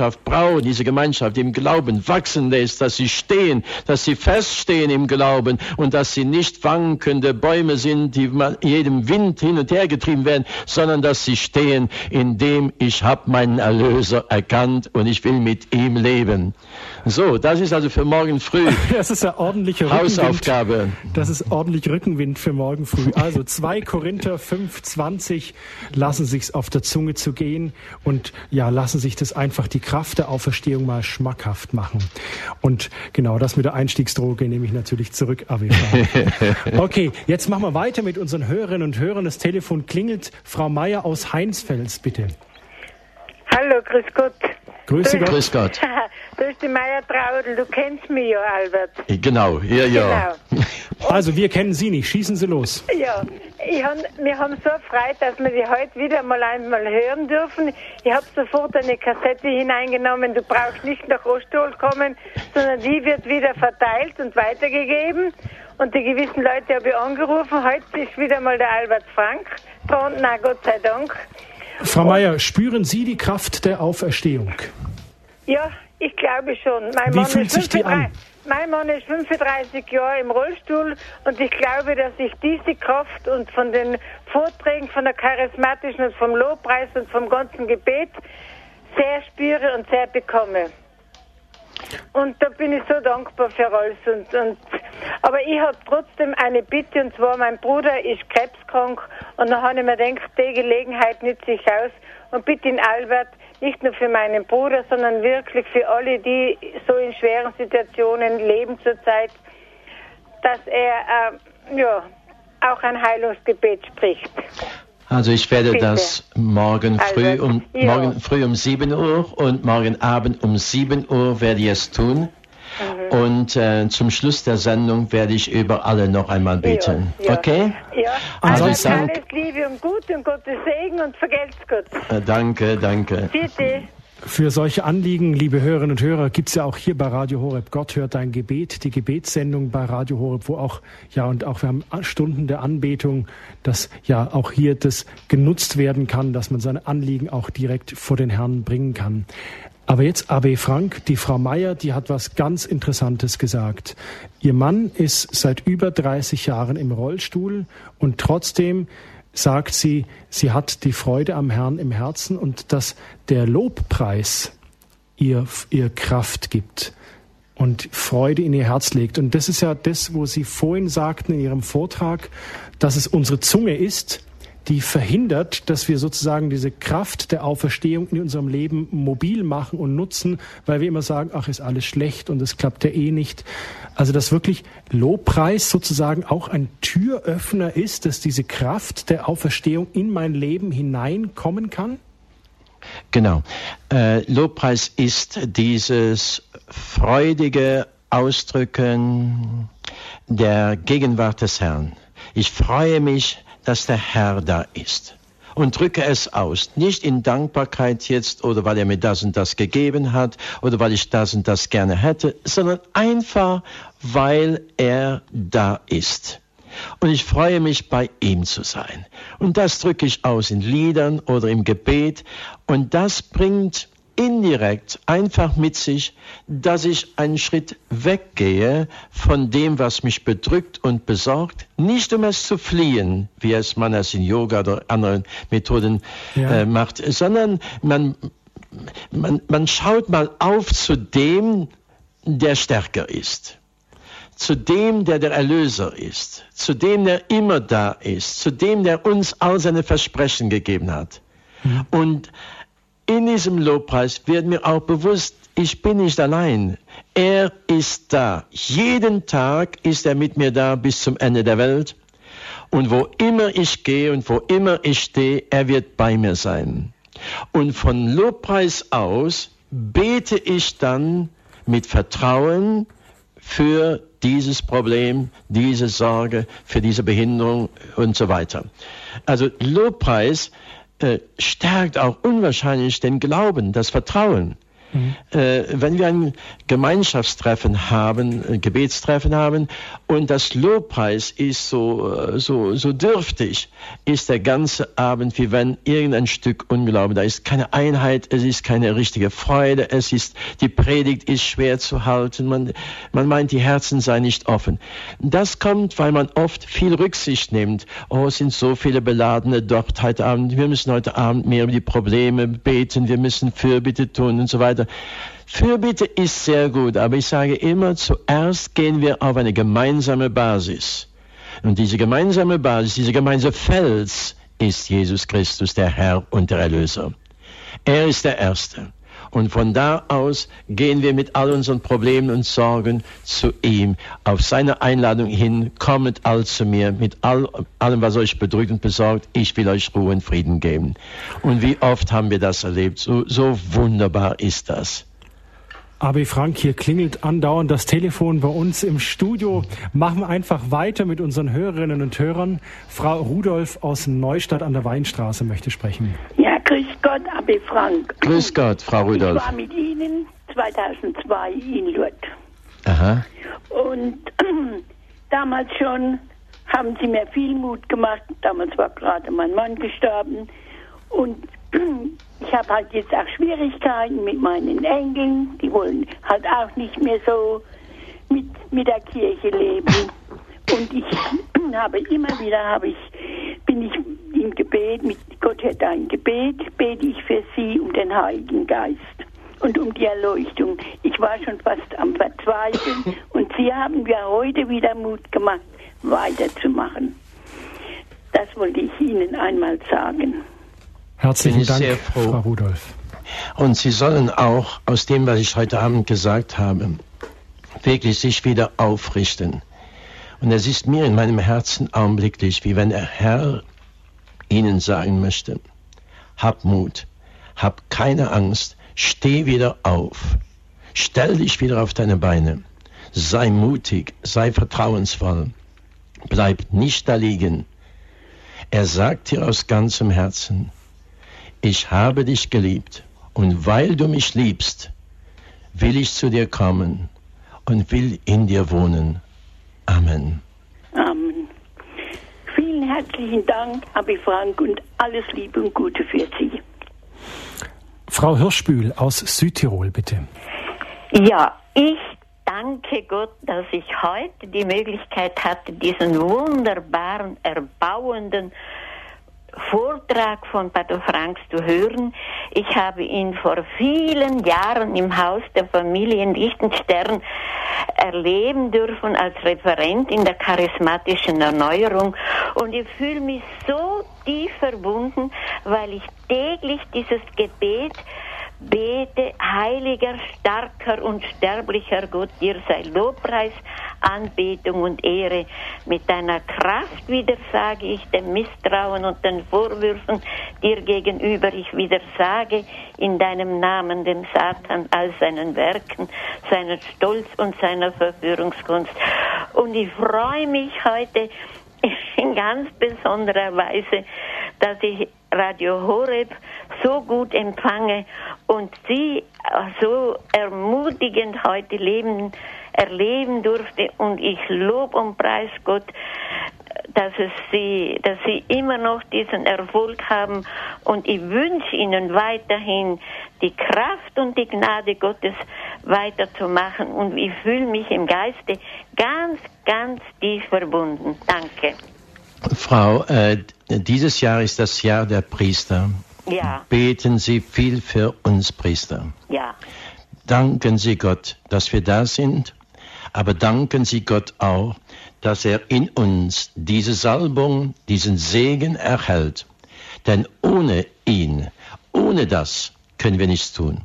Gemeinschaft brauchen, diese Gemeinschaft im Glauben wachsen lässt, dass sie stehen, dass sie feststehen im Glauben und dass sie nicht wankende Bäume sind, die man jedem Wind hin und her getrieben werden, sondern dass sie stehen, indem ich habe meinen Erlöser erkannt und ich will mit ihm leben. So, das ist also für morgen früh das ist ja ordentliche Hausaufgabe. Rückenwind. Das ist ordentlich Rückenwind für morgen früh. Also zwei Korinther fünf zwanzig lassen sich's auf der Zunge zu gehen und ja, lassen sich das einfach die Kraft der Auferstehung mal schmackhaft machen. Und genau das mit der Einstiegsdroge nehme ich natürlich zurück, A W Frank. Okay, jetzt machen wir weiter mit unseren Hörerinnen und Hörern. Das Telefon klingelt. Frau Meier aus Heinsfels, bitte. Hallo, grüß Gott. Grüße Gott. Grüß Gott. Du bist die Meier Traudel, du kennst mich ja, Albert. Genau, ja, ja. Genau. Also, wir kennen Sie nicht. Schießen Sie los. Ja, ich hab, wir haben so gefreut, dass wir die heute wieder mal einmal hören dürfen. Ich habe sofort eine Kassette hineingenommen. Du brauchst nicht nach Ostol kommen, sondern die wird wieder verteilt und weitergegeben. Und die gewissen Leute habe ich angerufen. Heute ist wieder mal der Albert Frank dran. Na, Gott sei Dank. Frau Meier, spüren Sie die Kraft der Auferstehung? Ja, ich glaube schon. Mein Wie Mann fühlt ist sich die an? Mein Mann ist fünfunddreißig Jahre im Rollstuhl und ich glaube, dass ich diese Kraft und von den Vorträgen von der charismatischen und vom Lobpreis und vom ganzen Gebet sehr spüre und sehr bekomme. Und da bin ich so dankbar für alles. Und, und, aber ich habe trotzdem eine Bitte, und zwar mein Bruder ist krebskrank und dann habe ich mir gedacht, die Gelegenheit nütze ich aus und bitte ihn Albert, nicht nur für meinen Bruder, sondern wirklich für alle, die so in schweren Situationen leben zurzeit, dass er äh, ja, auch ein Heilungsgebet spricht. Also ich werde Bitte. das morgen früh, Also, um, ja. morgen früh um sieben Uhr und morgen Abend um sieben Uhr werde ich es tun. Mhm. Und äh, zum Schluss der Sendung werde ich über alle noch einmal beten. Ja, ja. Okay? Ja, Also also ich alles dank- Liebe und Gut und Gottes Segen und vergelt's Gott. Äh, danke, danke. Bitte. Für solche Anliegen, liebe Hörerinnen und Hörer, gibt's ja auch hier bei Radio Horeb Gott hört dein Gebet, die Gebetssendung bei Radio Horeb, wo auch, ja, und auch wir haben Stunden der Anbetung, dass ja auch hier das genutzt werden kann, dass man seine Anliegen auch direkt vor den Herrn bringen kann. Aber jetzt A W Frank, die Frau Meier, die hat was ganz Interessantes gesagt. Ihr Mann ist seit über dreißig Jahren im Rollstuhl und trotzdem sagt sie, sie hat die Freude am Herrn im Herzen und dass der Lobpreis ihr, ihr Kraft gibt und Freude in ihr Herz legt. Und das ist ja das, wo Sie vorhin sagten in Ihrem Vortrag, dass es unsere Zunge ist, die verhindert, dass wir sozusagen diese Kraft der Auferstehung in unserem Leben mobil machen und nutzen, weil wir immer sagen, ach, ist alles schlecht und es klappt ja eh nicht. Also dass wirklich Lobpreis sozusagen auch ein Türöffner ist, dass diese Kraft der Auferstehung in mein Leben hineinkommen kann? Genau. Äh, Lobpreis ist dieses freudige Ausdrücken der Gegenwart des Herrn. Ich freue mich, dass der Herr da ist. Und drücke es aus. Nicht in Dankbarkeit jetzt oder weil er mir das und das gegeben hat oder weil ich das und das gerne hätte, sondern einfach, weil er da ist. Und ich freue mich, bei ihm zu sein. Und das drücke ich aus in Liedern oder im Gebet. Und das bringt indirekt einfach mit sich, dass ich einen Schritt weggehe von dem, was mich bedrückt und besorgt, nicht um es zu fliehen, wie es man es in Yoga oder anderen Methoden ja. äh, macht, sondern man, man, man schaut mal auf zu dem, der stärker ist, zu dem, der der Erlöser ist, zu dem, der immer da ist, zu dem, der uns all seine Versprechen gegeben hat. Mhm. Und in diesem Lobpreis wird mir auch bewusst, ich bin nicht allein. Er ist da. Jeden Tag ist er mit mir da bis zum Ende der Welt. Und wo immer ich gehe und wo immer ich stehe, er wird bei mir sein. Und von Lobpreis aus bete ich dann mit Vertrauen für dieses Problem, diese Sorge, für diese Behinderung und so weiter. Also Lobpreis stärkt auch unwahrscheinlich den Glauben, das Vertrauen. Mhm. Äh, wenn wir ein Gemeinschaftstreffen haben, ein Gebetstreffen haben und das Lobpreis ist so, so, so dürftig, ist der ganze Abend wie wenn irgendein Stück Unglauben, da ist keine Einheit, es ist keine richtige Freude, es ist, die Predigt ist schwer zu halten, man, man meint, die Herzen seien nicht offen. Das kommt, weil man oft viel Rücksicht nimmt. Oh, es sind so viele Beladene dort heute Abend, wir müssen heute Abend mehr über die Probleme beten, wir müssen Fürbitte tun und so weiter. Fürbitte ist sehr gut, aber ich sage immer, zuerst gehen wir auf eine gemeinsame Basis. Und diese gemeinsame Basis, dieser gemeinsame Fels ist Jesus Christus, der Herr und der Erlöser. Er ist der Erste. Und von da aus gehen wir mit all unseren Problemen und Sorgen zu ihm. Auf seine Einladung hin, kommet all zu mir mit all, allem, was euch bedrückt und besorgt. Ich will euch Ruhe und Frieden geben. Und wie oft haben wir das erlebt? So, so wunderbar ist das. A B Frank, hier klingelt andauernd das Telefon bei uns im Studio. Machen wir einfach weiter mit unseren Hörerinnen und Hörern. Frau Rudolph aus Neustadt an der Weinstraße möchte sprechen. Ja, grüß Gott, A B Frank. Grüß Gott, Frau Rudolph. Ich war mit Ihnen zweitausendzwei in Lourdes. Aha. Und damals schon haben Sie mir viel Mut gemacht. Damals war gerade mein Mann gestorben. Und ich habe halt jetzt auch Schwierigkeiten mit meinen Enkeln. Die wollen halt auch nicht mehr so mit, mit der Kirche leben. Und ich habe immer wieder, habe ich, bin ich im Gebet, mit Gott hat ein Gebet, bete ich für Sie um den Heiligen Geist und um die Erleuchtung. Ich war schon fast am Verzweifeln und Sie haben mir heute wieder Mut gemacht, weiterzumachen. Das wollte ich Ihnen einmal sagen. Herzlichen Dank, Frau Rudolph. Und Sie sollen auch aus dem, was ich heute Abend gesagt habe, wirklich sich wieder aufrichten. Und es ist mir in meinem Herzen augenblicklich, wie wenn der Herr Ihnen sagen möchte, hab Mut, hab keine Angst, steh wieder auf, stell dich wieder auf deine Beine, sei mutig, sei vertrauensvoll, bleib nicht da liegen. Er sagt dir aus ganzem Herzen, ich habe dich geliebt und weil du mich liebst, will ich zu dir kommen und will in dir wohnen. Amen. Amen. Vielen herzlichen Dank, A B Frank, und alles Liebe und Gute für Sie. Frau Hirschbühl aus Südtirol, bitte. Ja, ich danke Gott, dass ich heute die Möglichkeit hatte, diesen wunderbaren, erbauenden Vortrag von Pater Frank zu hören. Ich habe ihn vor vielen Jahren im Haus der Familie in Lichtenstern erleben dürfen als Referent in der charismatischen Erneuerung und ich fühle mich so tief verbunden, weil ich täglich dieses Gebet bete, heiliger, starker und sterblicher Gott, dir sei Lobpreis, Anbetung und Ehre. Mit deiner Kraft widersage ich dem Misstrauen und den Vorwürfen dir gegenüber. Ich widersage in deinem Namen dem Satan all seinen Werken, seinen Stolz und seiner Verführungskunst. Und ich freue mich heute in ganz besonderer Weise, dass ich Radio Horeb so gut empfange und Sie so ermutigend heute leben, erleben durfte. Und ich lobe und preis Gott, dass es Sie, dass Sie immer noch diesen Erfolg haben. Und ich wünsche Ihnen weiterhin die Kraft und die Gnade Gottes weiterzumachen. Und ich fühle mich im Geiste ganz, ganz tief verbunden. Danke. Frau, äh, dieses Jahr ist das Jahr der Priester. Ja. Beten Sie viel für uns Priester. Ja. Danken Sie Gott, dass wir da sind, aber danken Sie Gott auch, dass er in uns diese Salbung, diesen Segen erhält. Denn ohne ihn, ohne das können wir nichts tun.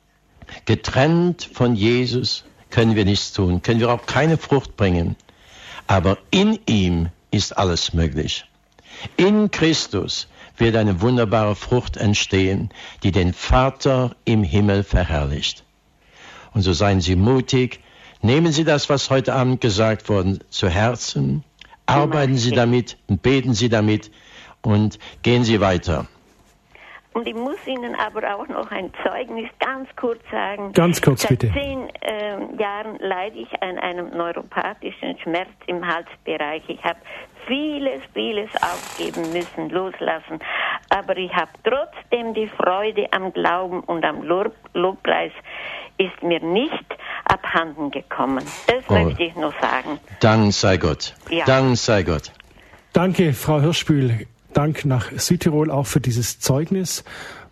Getrennt von Jesus können wir nichts tun, können wir auch keine Frucht bringen. Aber in ihm ist alles möglich. In Christus wird eine wunderbare Frucht entstehen, die den Vater im Himmel verherrlicht. Und so seien Sie mutig, nehmen Sie das, was heute Abend gesagt wurde, zu Herzen, arbeiten Sie damit und beten Sie damit und gehen Sie weiter. Und ich muss Ihnen aber auch noch ein Zeugnis ganz kurz sagen. Ganz kurz, Seit bitte. Seit zehn äh, Jahren leide ich an einem neuropathischen Schmerz im Halsbereich. Ich habe vieles, vieles aufgeben müssen, loslassen. Aber ich habe trotzdem die Freude am Glauben und am Lob, Lobpreis ist mir nicht abhanden gekommen. Das oh. möchte ich nur sagen. Dank sei Gott. Ja. Dank sei Gott. Danke, Frau Hirschbühl. Dank nach Südtirol auch für dieses Zeugnis.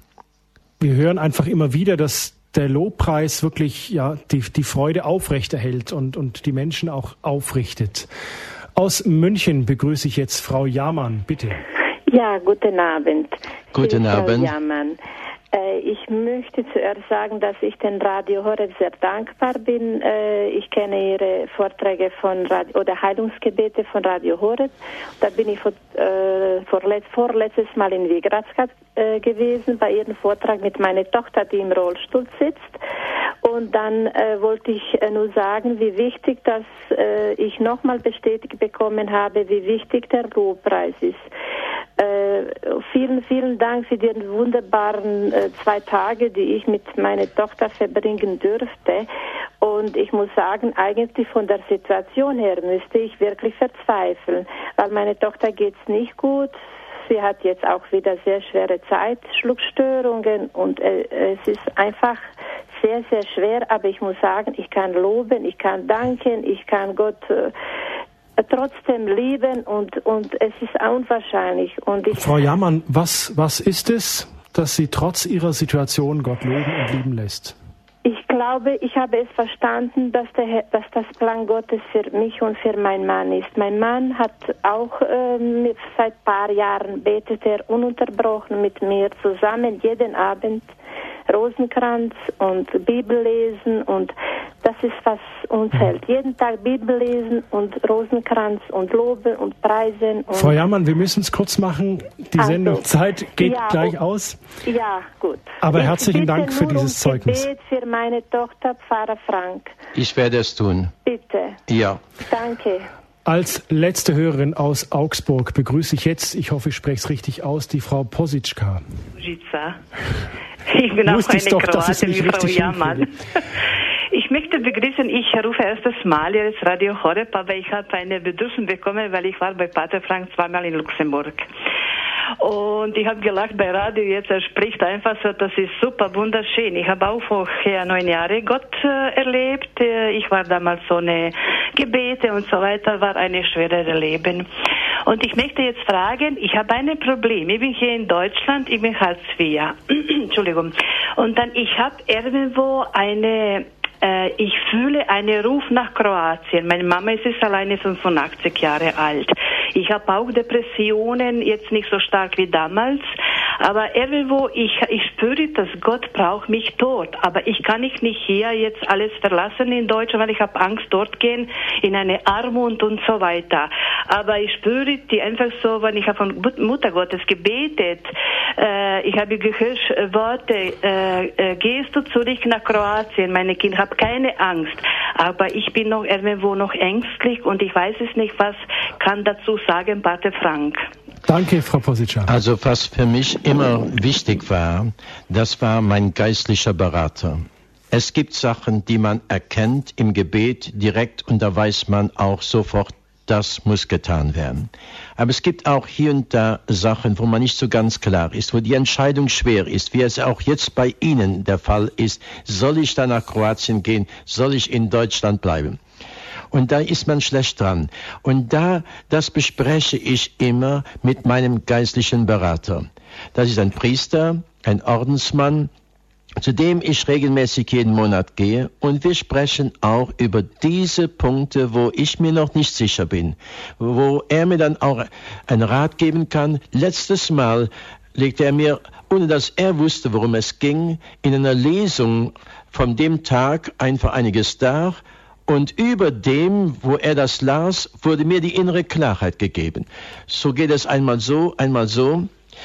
Wir hören einfach immer wieder, dass der Lobpreis wirklich ja die, die Freude aufrechterhält und, und die Menschen auch aufrichtet. Aus München begrüße ich jetzt Frau Jamann, bitte. Ja, guten Abend. Guten ich Abend. Frau Jamann. Ich möchte zuerst sagen, dass ich den Radio Horeb sehr dankbar bin. Ich kenne Ihre Vorträge von Radio, oder Heilungsgebete von Radio Horeb. Da bin ich vor, äh, vorletz, vorletztes Mal in Wiegratzka äh, gewesen bei Ihrem Vortrag mit meiner Tochter, die im Rollstuhl sitzt. Und dann äh, wollte ich äh, nur sagen, wie wichtig, dass äh, ich nochmal bestätigt bekommen habe, wie wichtig der Lobpreis ist. Äh, vielen, vielen Dank für die wunderbaren äh, zwei Tage, die ich mit meiner Tochter verbringen dürfte. Und ich muss sagen, eigentlich von der Situation her müsste ich wirklich verzweifeln, weil meine Tochter geht's nicht gut. Sie hat jetzt auch wieder sehr schwere Zeit, Schluckstörungen und äh, es ist einfach sehr, sehr schwer. Aber ich muss sagen, ich kann loben, ich kann danken, ich kann Gott äh, trotzdem lieben und, und es ist unwahrscheinlich. Und ich Frau Jamann, was, was ist es, dass Sie trotz Ihrer Situation Gott loben und lieben lässt? Ich glaube, ich habe es verstanden, dass, der, dass das Plan Gottes für mich und für meinen Mann ist. Mein Mann hat auch ähm, seit ein paar Jahren betet er ununterbrochen mit mir zusammen jeden Abend Rosenkranz und Bibel lesen und das ist, was uns hält. Jeden Tag Bibel lesen und Rosenkranz und loben und preisen. Und Frau Jamann, wir müssen es kurz machen. Die also, Sendungszeit geht ja, gleich aus. Ja, gut. Aber ich herzlichen bitte Dank für nur dieses um Zeugnis. Gebet für meine Tochter, Pfarrer Frank. Ich werde es tun. Bitte. Ja. Danke. Als letzte Hörerin aus Augsburg begrüße ich jetzt, ich hoffe, ich spreche es richtig aus, die Frau Positschka. Ich bin auch Wusste eine ich doch, dass es Kroatin nicht wie Frau richtig Jamann. Ich möchte begrüßen, ich rufe erstes Mal jetzt Radio Horeb, aber ich habe eine Bedürfnis bekommen, weil ich war bei Pater Frank zweimal in Luxemburg. Und ich habe gelacht bei Radio, jetzt er spricht einfach so, das ist super, wunderschön. Ich habe auch vorher neun Jahre Gott äh, erlebt. Ich war damals so eine Gebete und so weiter, war eine schwerere Leben. Und ich möchte jetzt fragen, ich habe ein Problem. Ich bin hier in Deutschland, ich bin Hartz vier. Entschuldigung. Und dann, ich habe irgendwo eine... Ich fühle einen Ruf nach Kroatien. Meine Mama ist jetzt alleine fünfundachtzig Jahre alt. Ich habe auch Depressionen, jetzt nicht so stark wie damals, aber irgendwo, ich, ich spüre, dass Gott braucht mich dort. Aber ich kann nicht hier jetzt alles verlassen in Deutschland, weil ich habe Angst, dort gehen, in eine Armut und so weiter. Aber ich spüre die einfach so, wenn ich habe von Mutter Gottes gebetet, äh, ich habe gehört Worte, äh, äh, gehst du zurück nach Kroatien, meine Kinder, habe keine Angst, aber ich bin noch irgendwo noch ängstlich und ich weiß es nicht, was kann dazu sagen Pater Frank. Danke, Frau Positschka. Also was für mich immer wichtig war, das war mein geistlicher Berater. Es gibt Sachen, die man erkennt im Gebet direkt und da weiß man auch sofort, das muss getan werden. Aber es gibt auch hier und da Sachen, wo man nicht so ganz klar ist, wo die Entscheidung schwer ist, wie es auch jetzt bei Ihnen der Fall ist. Soll ich da nach Kroatien gehen? Soll ich in Deutschland bleiben? Und da ist man schlecht dran. Und da, das bespreche ich immer mit meinem geistlichen Berater. Das ist ein Priester, ein Ordensmann, zu dem ich regelmäßig jeden Monat gehe, und wir sprechen auch über diese Punkte, wo ich mir noch nicht sicher bin, wo er mir dann auch einen Rat geben kann. Letztes Mal legte er mir, ohne dass er wusste, worum es ging, in einer Lesung von dem Tag einfach einiges dar, und über dem, wo er das las, wurde mir die innere Klarheit gegeben. So geht es einmal so, einmal so.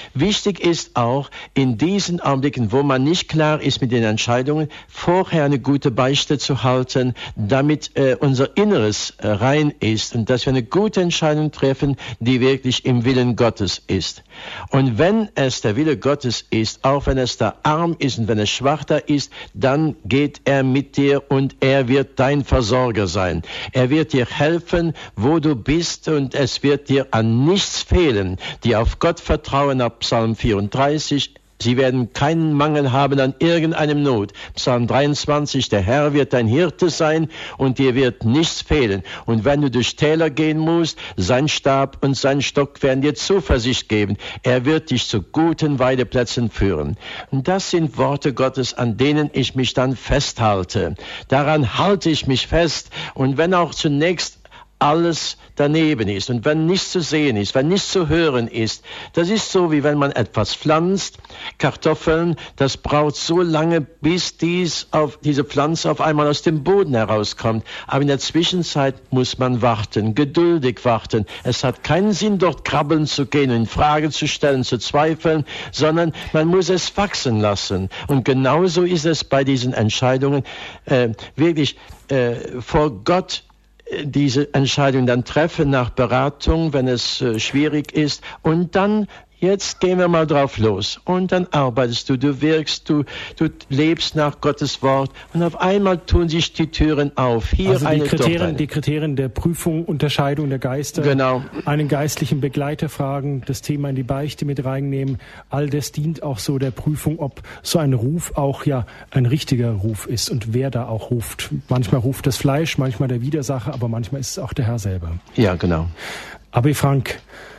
wichtig ist auch in diesen Augenblicken, wo man nicht klar ist mit den Entscheidungen, vorher eine gute Beichte zu halten, damit äh, unser Inneres äh, rein ist und dass wir eine gute Entscheidung treffen, die wirklich im Willen Gottes ist. Und wenn es der Wille Gottes ist, auch wenn es da arm ist und wenn es schwach da ist, dann geht er mit dir und er wird dein Versorger sein. Er wird dir helfen, wo du bist, und es wird dir an nichts fehlen, die auf Gott vertrauen, ab Psalm vierunddreißig. Sie werden keinen Mangel haben an irgendeinem Not. Psalm dreiundzwanzig, der Herr wird dein Hirte sein und dir wird nichts fehlen. Und wenn du durch Täler gehen musst, sein Stab und sein Stock werden dir Zuversicht geben. Er wird dich zu guten Weideplätzen führen. Und das sind Worte Gottes, an denen ich mich dann festhalte. Daran halte ich mich fest. Und wenn auch zunächst alles daneben ist und wenn nichts zu sehen ist, wenn nichts zu hören ist, das ist so, wie wenn man etwas pflanzt, Kartoffeln, das braucht so lange, bis dies auf, diese Pflanze auf einmal aus dem Boden herauskommt. Aber in der Zwischenzeit muss man warten, geduldig warten. Es hat keinen Sinn, dort krabbeln zu gehen, in Frage zu stellen, zu zweifeln, sondern man muss es wachsen lassen. Und genauso ist es bei diesen Entscheidungen, äh, wirklich äh, vor Gott diese Entscheidung dann treffen nach Beratung, wenn es äh, schwierig ist. Und dann, jetzt gehen wir mal drauf los. Und dann arbeitest du, du wirkst, du, du lebst nach Gottes Wort. Und auf einmal tun sich die Türen auf. Hier also die eine, Kriterien, dort eine. Die Kriterien der Prüfung, Unterscheidung der Geister, genau. Einen geistlichen Begleiter fragen, das Thema in die Beichte mit reinnehmen. All das dient auch so der Prüfung, ob so ein Ruf auch ja ein richtiger Ruf ist und wer da auch ruft. Manchmal ruft das Fleisch, manchmal der Widersacher, aber manchmal ist es auch der Herr selber. Ja, genau. Abi Frank,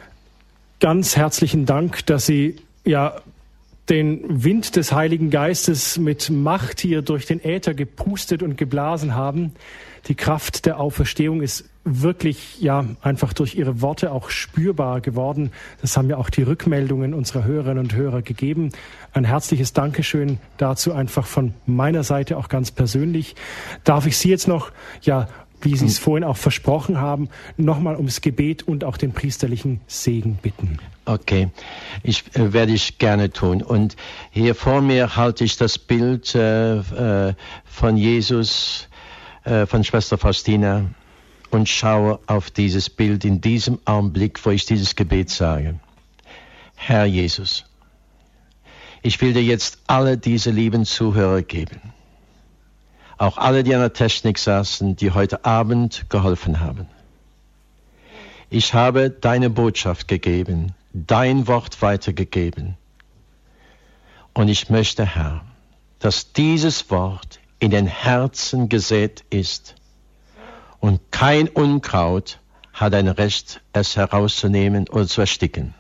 ganz herzlichen Dank, dass Sie ja den Wind des Heiligen Geistes mit Macht hier durch den Äther gepustet und geblasen haben. Die Kraft der Auferstehung ist wirklich ja einfach durch Ihre Worte auch spürbar geworden. Das haben ja auch die Rückmeldungen unserer Hörerinnen und Hörer gegeben. Ein herzliches Dankeschön dazu einfach von meiner Seite auch ganz persönlich. Darf ich Sie jetzt noch ja wie Sie es vorhin auch versprochen haben, nochmal ums Gebet und auch den priesterlichen Segen bitten. Okay, ich äh, werde ich gerne tun. Und hier vor mir halte ich das Bild äh, äh, von Jesus, äh, von Schwester Faustina, und schaue auf dieses Bild in diesem Augenblick, wo ich dieses Gebet sage. Herr Jesus, ich will dir jetzt alle diese lieben Zuhörer geben. Auch alle, die an der Technik saßen, die heute Abend geholfen haben. Ich habe deine Botschaft gegeben, dein Wort weitergegeben. Und ich möchte, Herr, dass dieses Wort in den Herzen gesät ist und kein Unkraut hat ein Recht, es herauszunehmen oder zu ersticken.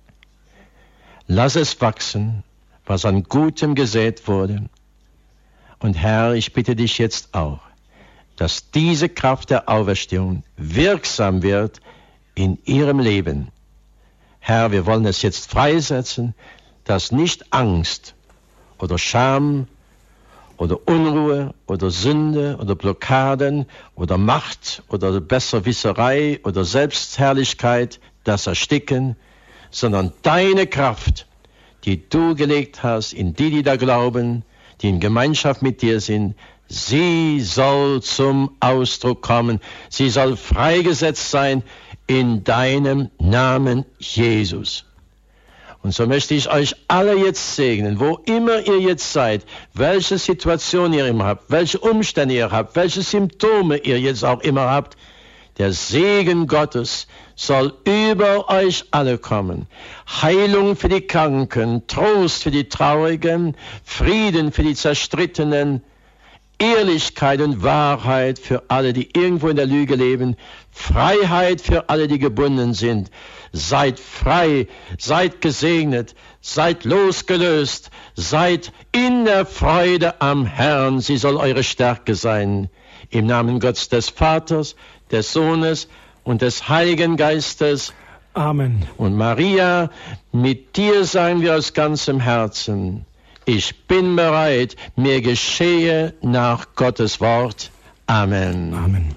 Lass es wachsen, was an Gutem gesät wurde. Und Herr, ich bitte dich jetzt auch, dass diese Kraft der Auferstehung wirksam wird in ihrem Leben. Herr, wir wollen es jetzt freisetzen, dass nicht Angst oder Scham oder Unruhe oder Sünde oder Blockaden oder Macht oder Besserwisserei oder Selbstherrlichkeit das ersticken, sondern deine Kraft, die du gelegt hast in die, die da glauben, die in Gemeinschaft mit dir sind, sie soll zum Ausdruck kommen. Sie soll freigesetzt sein in deinem Namen, Jesus. Und so möchte ich euch alle jetzt segnen, wo immer ihr jetzt seid, welche Situation ihr immer habt, welche Umstände ihr habt, welche Symptome ihr jetzt auch immer habt, der Segen Gottes soll über euch alle kommen. Heilung für die Kranken, Trost für die Traurigen, Frieden für die Zerstrittenen, Ehrlichkeit und Wahrheit für alle, die irgendwo in der Lüge leben, Freiheit für alle, die gebunden sind. Seid frei, seid gesegnet, seid losgelöst, seid in der Freude am Herrn. Sie soll eure Stärke sein. Im Namen Gottes des Vaters, des Sohnes und des Heiligen Geistes. Amen. Und Maria, mit dir sagen wir aus ganzem Herzen, ich bin bereit, mir geschehe nach Gottes Wort. Amen. Amen.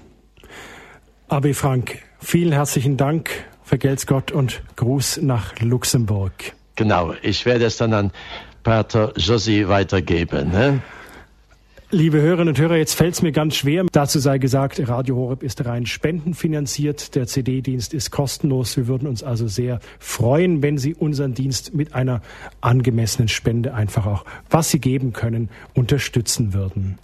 Abi Frank, vielen herzlichen Dank, vergelt's Gott und Gruß nach Luxemburg. Genau, ich werde es dann an Pater Josi weitergeben. Ne? Liebe Hörerinnen und Hörer, jetzt fällt es mir ganz schwer. Dazu sei gesagt, Radio Horeb ist rein spendenfinanziert. Der C D-Dienst ist kostenlos. Wir würden uns also sehr freuen, wenn Sie unseren Dienst mit einer angemessenen Spende einfach auch, was Sie geben können, unterstützen würden.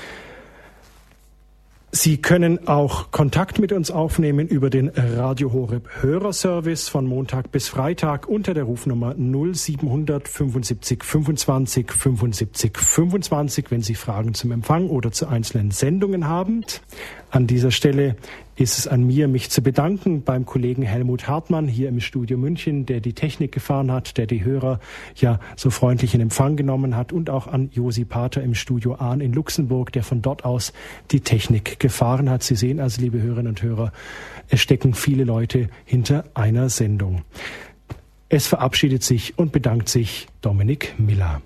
Sie können auch Kontakt mit uns aufnehmen über den Radio Horeb Hörerservice von Montag bis Freitag unter der Rufnummer null siebenhundert fünfundsiebzig fünfundzwanzig fünfundsiebzig fünfundzwanzig, wenn Sie Fragen zum Empfang oder zu einzelnen Sendungen haben. An dieser Stelle ist es an mir, mich zu bedanken beim Kollegen Helmut Hartmann hier im Studio München, der die Technik gefahren hat, der die Hörer ja so freundlich in Empfang genommen hat, und auch an Josi Pater im Studio Ahn in Luxemburg, der von dort aus die Technik gefahren hat. Sie sehen also, liebe Hörerinnen und Hörer, es stecken viele Leute hinter einer Sendung. Es verabschiedet sich und bedankt sich Dominik Miller.